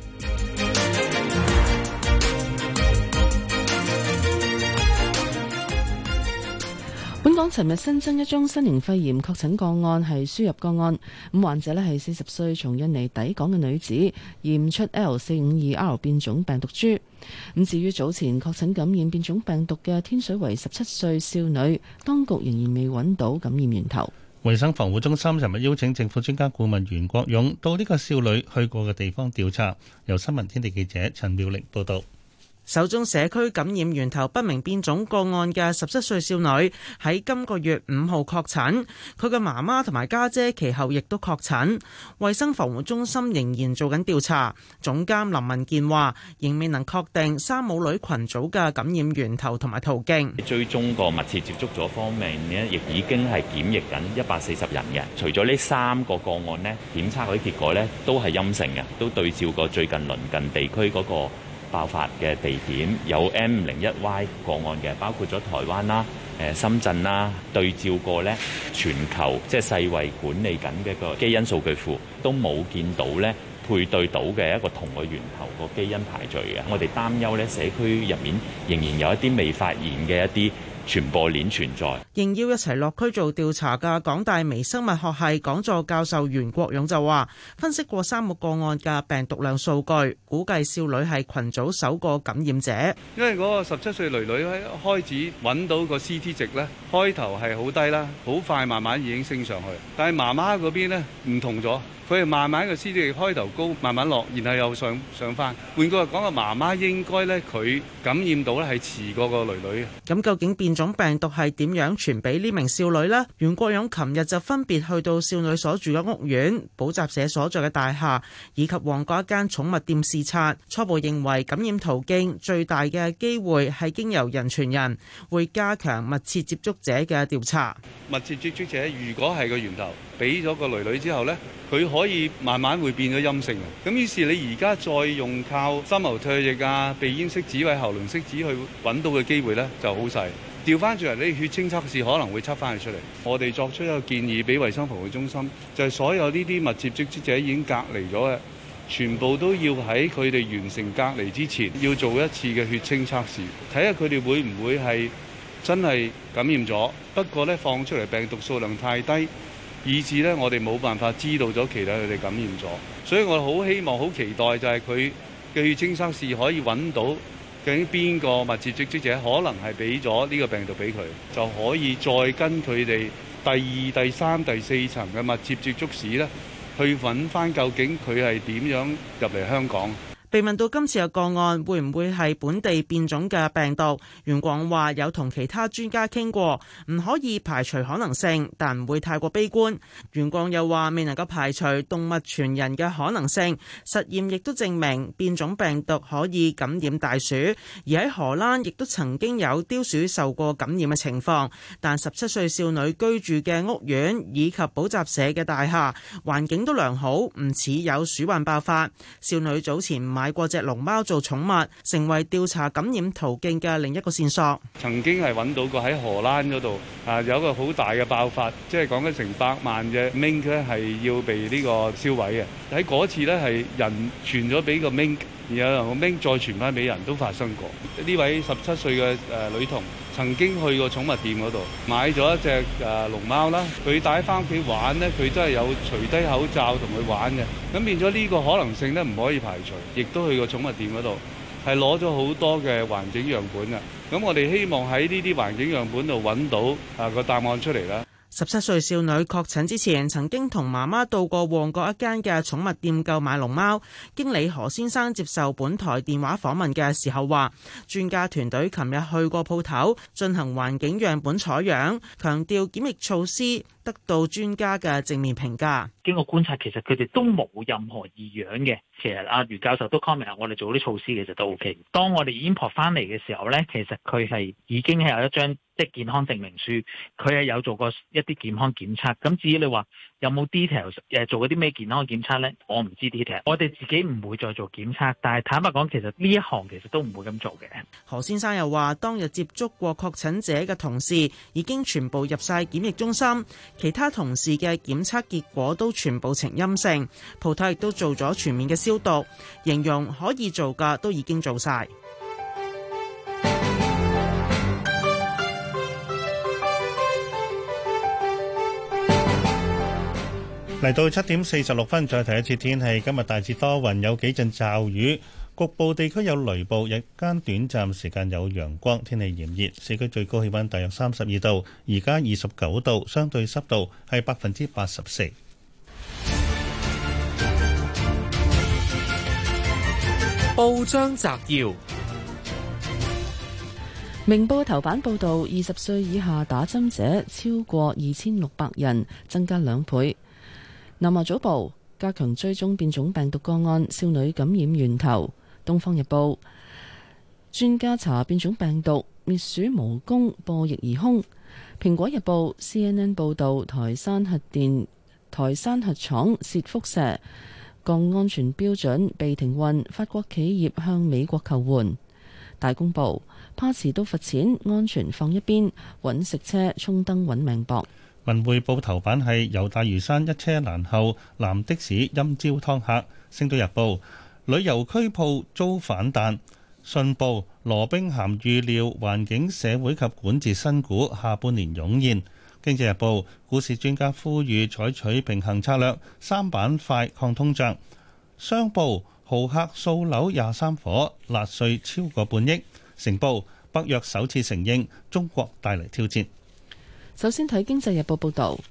本港尋日新增一宗新型肺炎確診個案，係輸入個案。咁患者呢係四十歲從印尼抵港嘅女子，驗出 L 四五二 R 變種病毒株。咁至於早前確診感染變種病毒嘅天水圍十七歲少女，當局仍然未揾到感染源頭。 衛生防護中心尋日邀請政府專家顧問袁國勇到呢個少女去過嘅地方調查。由新聞天地記者陳妙玲報道。 首宗社區感染源頭不明變種個案嘅十七歲少女喺今個月五號確診，佢嘅媽媽同埋家姐其後亦都確診。衛生防護中心仍然做緊調查，總監林文健話仍未能確定三母女群組嘅感染源頭同埋途徑。 追蹤個密切接觸咗方面呢，亦已經係檢疫緊一百四十人嘅。除咗呢三個個案呢，檢測嗰啲結果呢都係陰性嘅，都對照過最近鄰近地區嗰個爆發嘅地點有 M 零一 Y 個案嘅，包括咗台灣啦、誒深圳啦，對照過咧全球即係世衛管理緊嘅個基因數據庫，都冇見到咧配對到嘅一個同個源頭個基因排序嘅。我哋擔憂咧社區入面仍然有一啲未發現嘅一啲傳播鏈存在。 應邀一齊落區做調查嘅港大微生物學系講座教授袁國勇就話，分析過三個個案嘅病毒量數據，估計少女係群組首個感染者。 因為嗰個十七歲女女喺開始揾到個 C T 值咧，開頭係好低啦，好快慢慢已經升上去。但係媽媽嗰邊咧唔同咗， 佢係慢慢嘅施力開頭高，慢慢落，然後又上上翻。換句話講，個媽媽應該咧佢感染到咧係遲過個女女嘅。 咁究竟變種病毒係點樣傳俾呢名少女呢？袁國勇琴日就分別去到少女所住嘅屋苑、補習社所在嘅大廈以及旺角一間寵物店視察，初步認為感染途徑最大嘅機會係經由人傳人，會加強密切接觸者嘅調查。 密切接觸者如果係個源頭，俾咗個女女之後呢，佢可以慢慢會變咗陰性嘅。咁於是你而家再用靠深喉唾液啊、鼻咽拭子或者喉嚨拭子去揾到嘅機會呢，就好細。調翻轉嚟，你血清測試可能會測翻佢出嚟。我哋作出一個建議俾衛生防護中心，就係所有呢啲密切接觸者已經隔離咗嘅，全部都要喺佢哋完成隔離之前，要做一次嘅血清測試，睇下佢哋會唔會係真係感染咗。不過呢，放出嚟病毒數量太低，以致呢我哋冇辦法知道咗其他佢哋感染咗。所以我好希望、好期待就係佢嘅血清測試可以揾到究竟邊個密切接觸者可能係俾咗呢個病毒俾佢，就可以再跟佢哋第二、第三、第四層嘅密切接觸史呢，去揾翻究竟佢係點樣入嚟香港。 被問到今次嘅個案會唔會係本地變種嘅病毒，袁國勇話有同其他專家傾過，唔可以排除可能性，但唔會太過悲觀。袁國勇又話未能夠排除動物傳人嘅可能性，實驗亦都證明變種病毒可以感染大鼠，而喺荷蘭亦都曾經有貂鼠受過感染嘅情況。但十七歲少女居住嘅屋苑以及補習社嘅大廈環境都良好，唔似有鼠患爆發。少女早前買過隻龍貓做寵物，成為調查感染途徑嘅另一個線索。 曾經係揾到過喺荷蘭嗰度啊，有一個好大嘅爆發，即係講緊成百萬嘅 mink 咧係要被呢個燒毀嘅。喺嗰次呢，係人傳咗俾個 mink，然後個 mink 再傳翻俾人都發生過。呢位十七歲嘅誒女童曾經去過寵物店嗰度買咗一隻誒龍貓啦，佢帶翻屋企玩呢，佢真係有除低口罩同佢玩嘅。咁變咗呢個可能性呢，唔可以排除，亦都去過寵物店嗰度係攞咗好多嘅環境樣本啊。咁我哋希望喺呢啲環境樣本度揾到啊個答案出嚟啦。 十七歲少女確診之前，曾經同媽媽到過旺角一間嘅寵物店購買龍貓。經理何先生接受本台電話訪問嘅時候話，專家團隊琴日去過鋪頭進行環境樣本採樣，強調檢疫措施得到專家嘅正面評價。 經過觀察，其實佢哋都冇任何異樣嘅。其實阿余教授都 comment 我哋做啲措施其實都 OK。當我哋 import 翻嚟嘅時候咧，其實佢係已經係有一張即係健康證明書，佢係有做過一啲健康檢測。咁至於你話有冇 details 誒做嗰啲咩健康檢測咧，我唔知 detail。我哋自己唔會再做檢測，但係坦白講，其實呢一行其實都唔會咁做嘅。 何先生又話，當日接觸過確診者嘅同事已經全部入晒檢疫中心，其他同事嘅檢測結果都全部呈陰性，鋪頭亦都做咗全面嘅消毒，形容可以做嘅都已經做晒。 嚟到七點四十六分，再睇一次天氣。今日大致多雲，有幾陣驟雨，局部地區有雷暴，日間短暫時間有陽光，天氣炎熱。市區最高氣溫大約三十二度，而家二十九度，相對濕度係百分之八十四。 報章摘要： 明報頭版報導，二十歲以下打針者超過二千六百人，增加兩倍。南華早報加強追蹤變種病毒個案，少女感染源頭。東方日報專家查變種病毒，滅鼠無功，播疫疑兇。蘋果日報 C N N 報導，台山核電台山核廠洩輻射，降安全標準被停運，法國企業向美國求援。大公報怕遲到罰錢，安全放一邊，揾食車衝燈揾命搏。 文匯報頭版係由大嶼山一車難後，男的士陰招劏客。星島日報旅遊區鋪遭反彈。信報羅兵咸預料環境社會及管治新股下半年湧現。經濟日報股市專家呼籲採取平衡策略，三板塊抗通脹。商報豪客掃樓廿三伙，納稅超過半億。成報北約首次承認中國帶嚟挑戰。 首先睇經濟日報報導，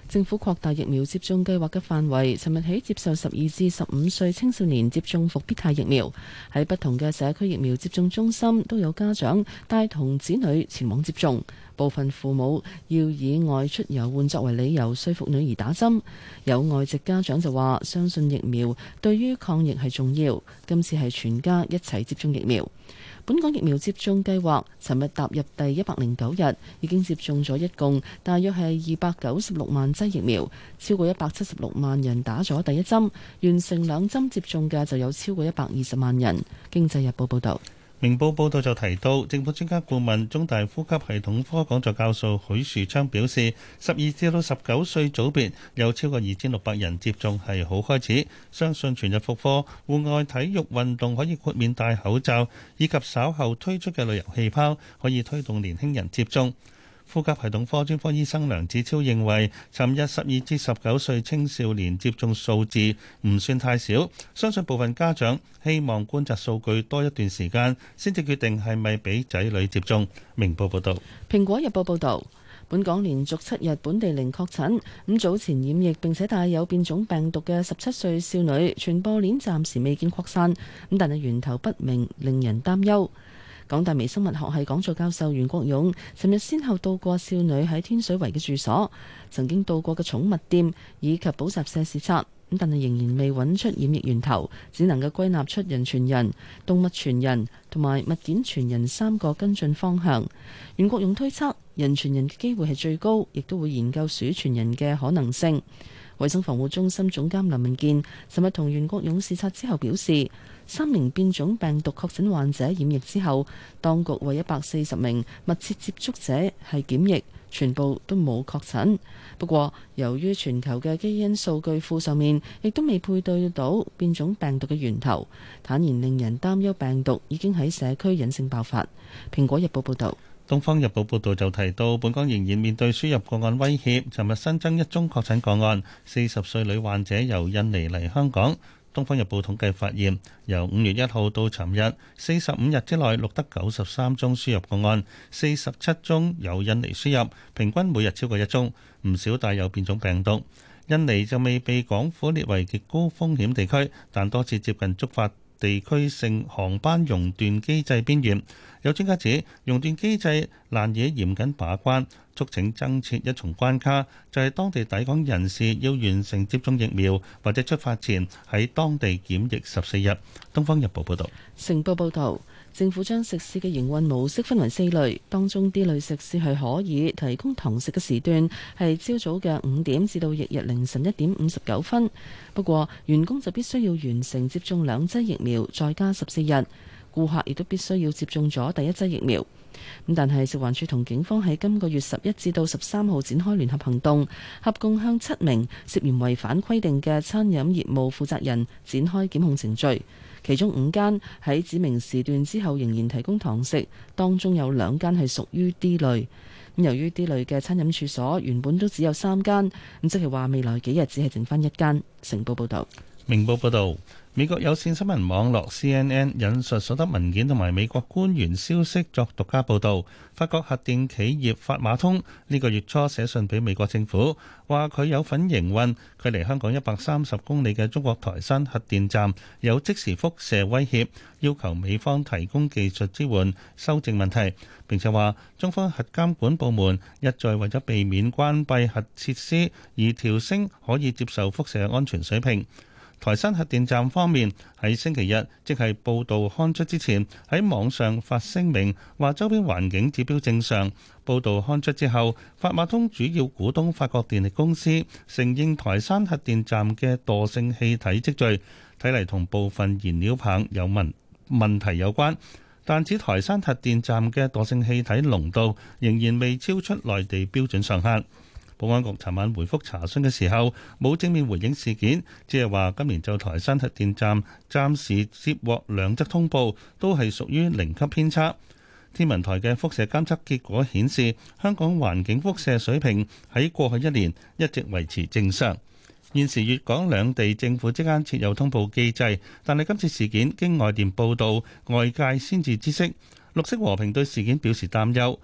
政府擴大疫苗接種計劃嘅範圍，尋日起接受十二至十五歲青少年接種復必泰疫苗。喺不同嘅社區疫苗接種中心都有家長帶同子女前往接種。部分父母要以外出遊玩作為理由說服女兒打針。有外籍家長就話相信疫苗對於抗疫係重要，今次係全家一齊接種疫苗。本港疫苗接種計劃尋日踏入第一百零九日，已經接種咗一共大約係二百九十六萬劑疫苗，超過一百七十六萬人打咗第一針，完成兩針接種嘅就有超過一百二十萬人。經濟日報報導。 明報報導就提到，政府專家顧問、中大呼吸系統科講座教授許樹昌表示，十二至到十九歲組別有超過二千六百人接種係好開始，相信全日復課、戶外體育運動可以豁免戴口罩，以及稍後推出嘅旅遊氣泡可以推動年輕人接種。呼吸系統科專科醫生梁子超認為，尋日十二至十九歲青少年接種數字唔算太少，相信部分家長希望觀察數據多一段時間，先至決定係咪俾仔女接種。明報報導。 蘋果日報報導，本港連續七日本地零確診，咁早前染疫並且帶有變種病毒嘅十七歲少女傳播鏈暫時未見擴散，咁但係源頭不明，令人擔憂。港大微生物學系講座教授袁國勇尋日先後到過少女喺天水圍嘅住所，曾經到過嘅寵物店以及補習社視察，咁但係仍然未揾出染疫源頭，只能夠歸納出人傳人、動物傳人同埋物件傳人三個跟進方向。袁國勇推測人傳人嘅機會係最高，亦都會研究鼠傳人嘅可能性。衛生防護中心總監林文健尋日同袁國勇視察之後表示，三名變種病毒確診患者染疫之後，當局為一百四十名密切接觸者係檢疫，全部都冇確診。不過，由於全球嘅基因數據庫上面亦都未配對到變種病毒嘅源頭，坦言令人擔憂病毒已經喺社區隱性爆發。蘋果日報報導。 《東方日報》報導就提到，本港仍然面對輸入個案威脅。尋日新增一宗確診個案，四十歲女患者由印尼嚟香港。《東方日報》統計發現，由五月一號到尋日，四十五日之內錄得九十三宗輸入個案，四十七宗有印尼輸入，平均每日超過一宗，唔少帶有變種病毒。印尼就未被港府列為極高風險地區，但多次接近觸發地區性航班熔斷機制邊緣。有專家指，熔斷機制難以嚴謹把關，促請增設一重關卡，就係當地抵港人士要完成接種疫苗或者出發前喺當地檢疫十四日。《東方日報》報導。 成報報導，政府將食肆嘅營運模式分為四類，當中 D 類食肆係可以提供堂食嘅時段係朝早嘅五點至到翌日凌晨一點五十九分。不過，員工就必須要完成接種兩劑疫苗，再加十四日。顧客亦都必須要接種咗第一劑疫苗。咁但係食環署同警方喺今個月十一至到十三號展開聯合行動，合共向七名涉嫌違反規定嘅餐飲業務負責人展開檢控程序。其中五間喺指明時段之後仍然提供堂食，當中有兩間係屬於 D 類。咁由於 D 類嘅餐飲處所原本都只有三間，咁即係話未來幾日只係剩翻一間。成報報導。 明報報導，美國有線新聞網絡 C N N 引述所得文件同埋美國官員消息作獨家報導，法國核電企業法馬通呢個月初寫信俾美國政府，話佢有份營運距離香港一百三十公里嘅中國台山核電站有即時輻射威脅，要求美方提供技術支援修正問題。並且話中方核監管部門一再為咗避免關閉核設施而調升可以接受輻射安全水平。台山核電站方面喺星期日，即係報導刊出之前，喺網上發聲明話周邊環境指標正常。報導刊出之後，法馬通主要股東法國電力公司承認台山核電站嘅惰性氣體積聚，睇嚟同部分燃料棒有問問題有關，但指台山核電站嘅惰性氣體濃度仍然未超出內地標準上限。保安局尋晚回覆查詢嘅時候，冇正面回應事件，只係話今年就台山核電站暫時接獲兩則通報，都係屬於零級偏差。天文台嘅輻射監測結果顯示，香港環境輻射水平喺過去一年一直維持正常。現時粵港兩地政府之間設有通報機制，但係今次事件經外電報導，外界先至知悉。綠色和平對事件表示擔憂。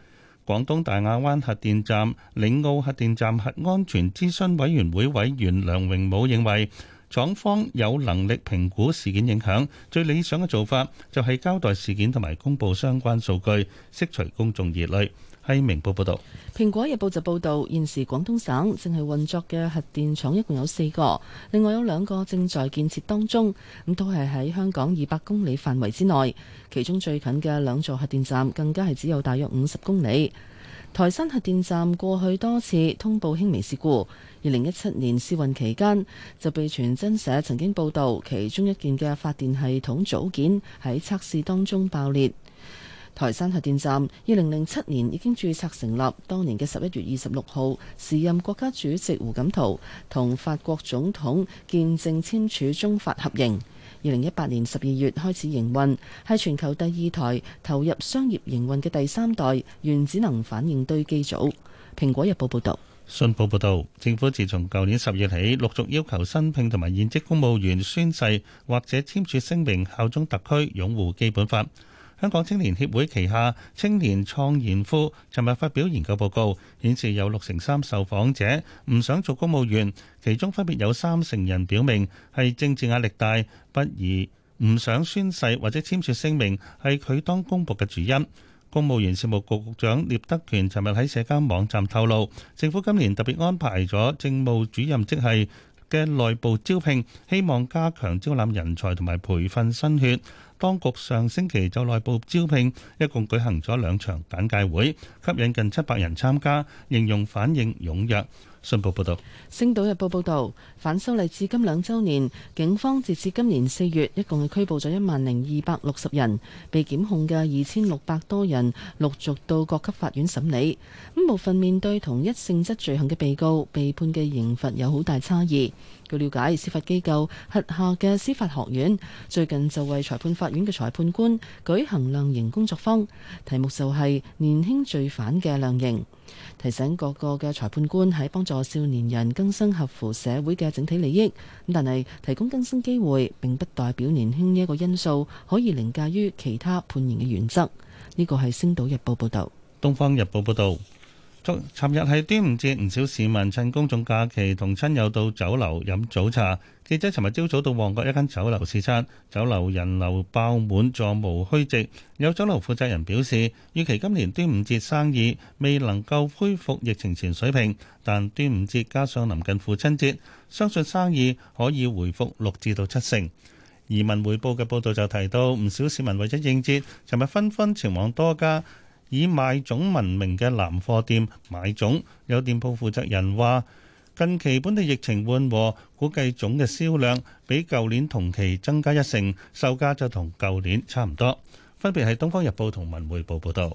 廣東大亞灣核電站嶺澳核電站核安全諮詢委員會委員梁榮武認為，廠方有能力評估事件影響，最理想嘅做法就係交代事件同埋公佈相關數據，釋除公眾疑慮。係明報報導， 《蘋果日報》就報導，現時廣東省正係運作嘅核電廠一共有四個，另外有兩個正在建設當中，咁都係喺香港二百公里範圍之內。其中最近嘅兩座核電站更加係只有大約五十公里。台山核電站過去多次通報輕微事故，二零一七年試運期間就被傳真社曾經報導，其中一件嘅發電系統組件喺測試當中爆裂。台山核電站二零零七年已經註冊成立，當年嘅十一月二十六號，時任國家主席胡錦濤同法國總統見證簽署中法合營。二零一八年十二月開始營運，係全球第二台投入商業營運嘅第三代原子能反應堆機組。蘋果日報報導。 信報報導，政府自從舊年十月起，陸續要求新聘同埋現職公務員宣誓或者簽署聲明效忠特區、擁護基本法。香港青年協會旗下青年創研庫尋日發表研究報告，顯示有六成三受訪者唔想做公務員，其中分別有三成人表明係政治壓力大，不宜唔想宣誓或者簽署聲明係佢當公僕嘅主因。公務員事務局局長聶德權尋日喺社交網站透露，政府今年特別安排咗政務主任職系嘅內部招聘，希望加強招攬人才同埋培訓新血。當局上星期就內部招聘一共舉行咗兩場簡介會，吸引近七百人參加，形容反應踴躍。信報報導，《 星島日報》報導，反修例至今兩週年，警方截至今年四月，一共係拘捕咗一萬零二百六十人，被檢控嘅二千六百多人陸續到各級法院審理。咁部分面對同一性質罪行嘅被告，被判嘅刑罰有好大差異。據了解，司法機構轄下嘅司法學院最近就為裁判法院嘅裁判官舉行量刑工作坊，題目就係年輕罪犯嘅量刑，提醒各個嘅裁判官喺幫助少年人更生合乎社會嘅整體利益。咁但係提供更生機會並不代表年輕呢一個因素可以凌駕於其他判刑嘅原則。呢個係《星島日報》報導， 《東方日報》報導。尋日係端午節，唔少市民趁公眾假期同親友到酒樓飲早茶。記者尋日朝早到旺角一間酒樓視察，酒樓人流爆滿，座無虛席。有酒樓負責人表示，預期今年端午節生意未能夠恢復疫情前水平，但端午節加上臨近父親節，相信生意可以回復六至到七成。而文匯報嘅報導就提到，唔少市民為咗應節，尋日紛紛前往多家以賣粽聞名嘅南貨店買粽。有店鋪負責人話，近期本地疫情緩和，估計粽嘅銷量比舊年同期增加一成，售價就同舊年差唔多。分別係《東方日報》同《文匯報》報導。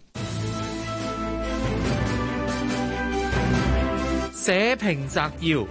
社評摘要。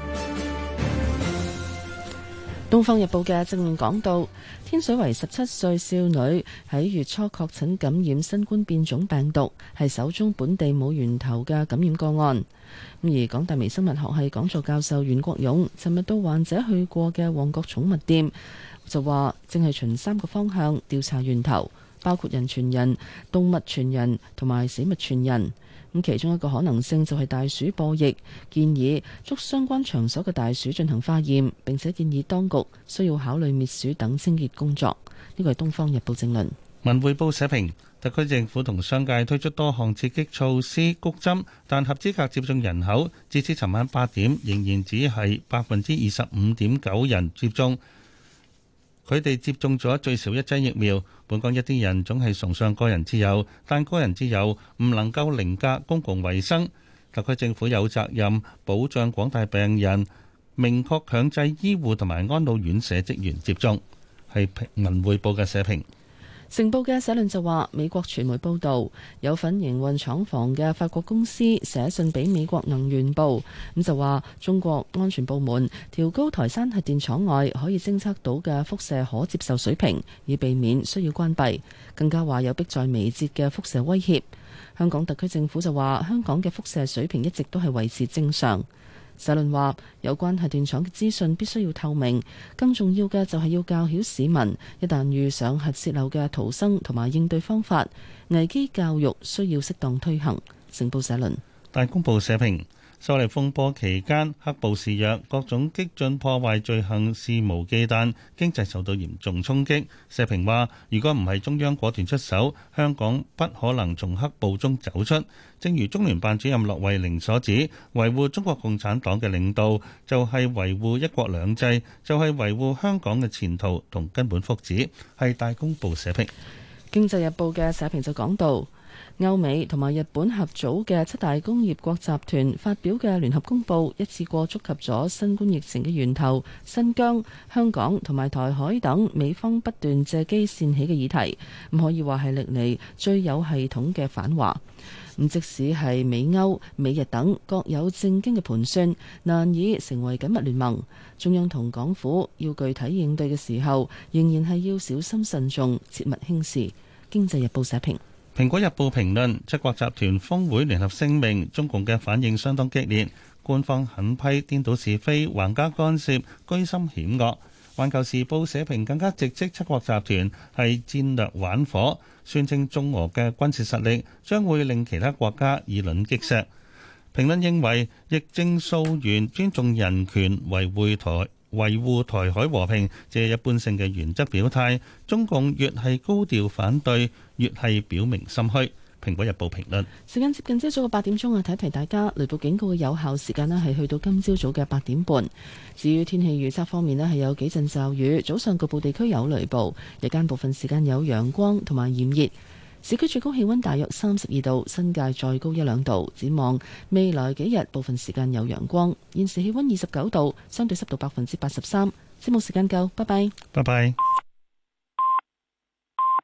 《東方日報》嘅正面講到，天水圍十七歲少女喺月初確診感染新冠變種病毒，係首宗本地冇源頭嘅感染個案。咁而港大微生物學系講座教授袁國勇尋日到患者去過嘅旺角寵物店，就話正係循三個方向調查源頭，包括人傳人、動物傳人同埋死物傳人。咁其中一個可能性就係大鼠播疫，建議捉相關場所嘅大鼠進行化驗，並且建議當局需要考慮滅鼠等清潔工作。呢個係《東方日報》正論。 文匯報社評，特區政府同商界推出多項刺激措施谷針，但合資格接種人口截至尋晚八點仍然只係百分之二十五點九人接種。佢哋接種咗最少一劑疫苗。本港一啲人總係崇尚個人自由，但個人自由唔能夠凌駕公共衛生。特區政府有責任保障廣大病人，明確強制醫護同埋安老院舍職員接種。係文匯報嘅社評。 成報嘅社論就話，美國傳媒報道有份營運廠房嘅法國公司寫信俾美國能源部，咁就話中國安全部門調高台山核電廠外可以偵測到嘅輻射可接受水平，以避免需要關閉。更加話有迫在眉睫嘅輻射威脅。香港特區政府就話香港嘅輻射水平一直都係維持正常。 社論話，有關核電廠嘅資訊必須要透明，更重要嘅就係要教曉市民，一旦遇上核泄漏嘅逃生同埋應對方法，危機教育需要適當推行。成報社論。 大公報社評。修例風波期間，黑暴肆虐，各種激進破壞罪行肆無忌憚，經濟受到嚴重衝擊。社評話：如果唔係中央果斷出手，香港不可能從黑暴中走出。正如中聯辦主任駱惠寧所指，維護中國共產黨嘅領導，就係維護一國兩制，就係維護香港嘅前途同根本福祉。係大公報社評。 經濟日報嘅社評就講到，歐美同埋日本合組嘅七大工業國集團發表嘅聯合公報，一次過觸及咗新冠疫情嘅源頭新疆、香港同埋台海等美方不斷借機煽起嘅議題，咁可以話係歷嚟最有系統嘅反華。咁即使係美歐、美日等各有正經嘅盤算，難以成為緊密聯盟。中央同港府要具體應對嘅時候，仍然係要小心慎重，切勿輕視。經濟日報社評。 蘋果日報評論，七國集團峰會聯合聲明，中共嘅反應相當激烈，官方狠批顛倒是非、橫加干涉、居心險惡。環球時報社評更加直斥七國集團係戰略玩火，宣稱中俄嘅軍事實力將會令其他國家以卵擊石。評論認為，疫症溯源、尊重人權、維護台維護台海和平，這一般性嘅原則表態，中共越係高調反對，越係表明心虛。蘋果日報評論。 時間接近朝早嘅八點鐘啊，提一提大家，雷暴警告嘅有效時間呢係去到今朝早嘅八點半。至於天氣預測方面呢，係有幾陣驟雨，早上局部地區有雷暴，日間部分時間有陽光同埋炎熱。市區最高氣溫大約三十二度，新界再高一兩度。展望未來幾日，部分時間有陽光。現時氣溫二十九度，相對濕度百分之八十三。節目時間夠，拜拜。 拜拜。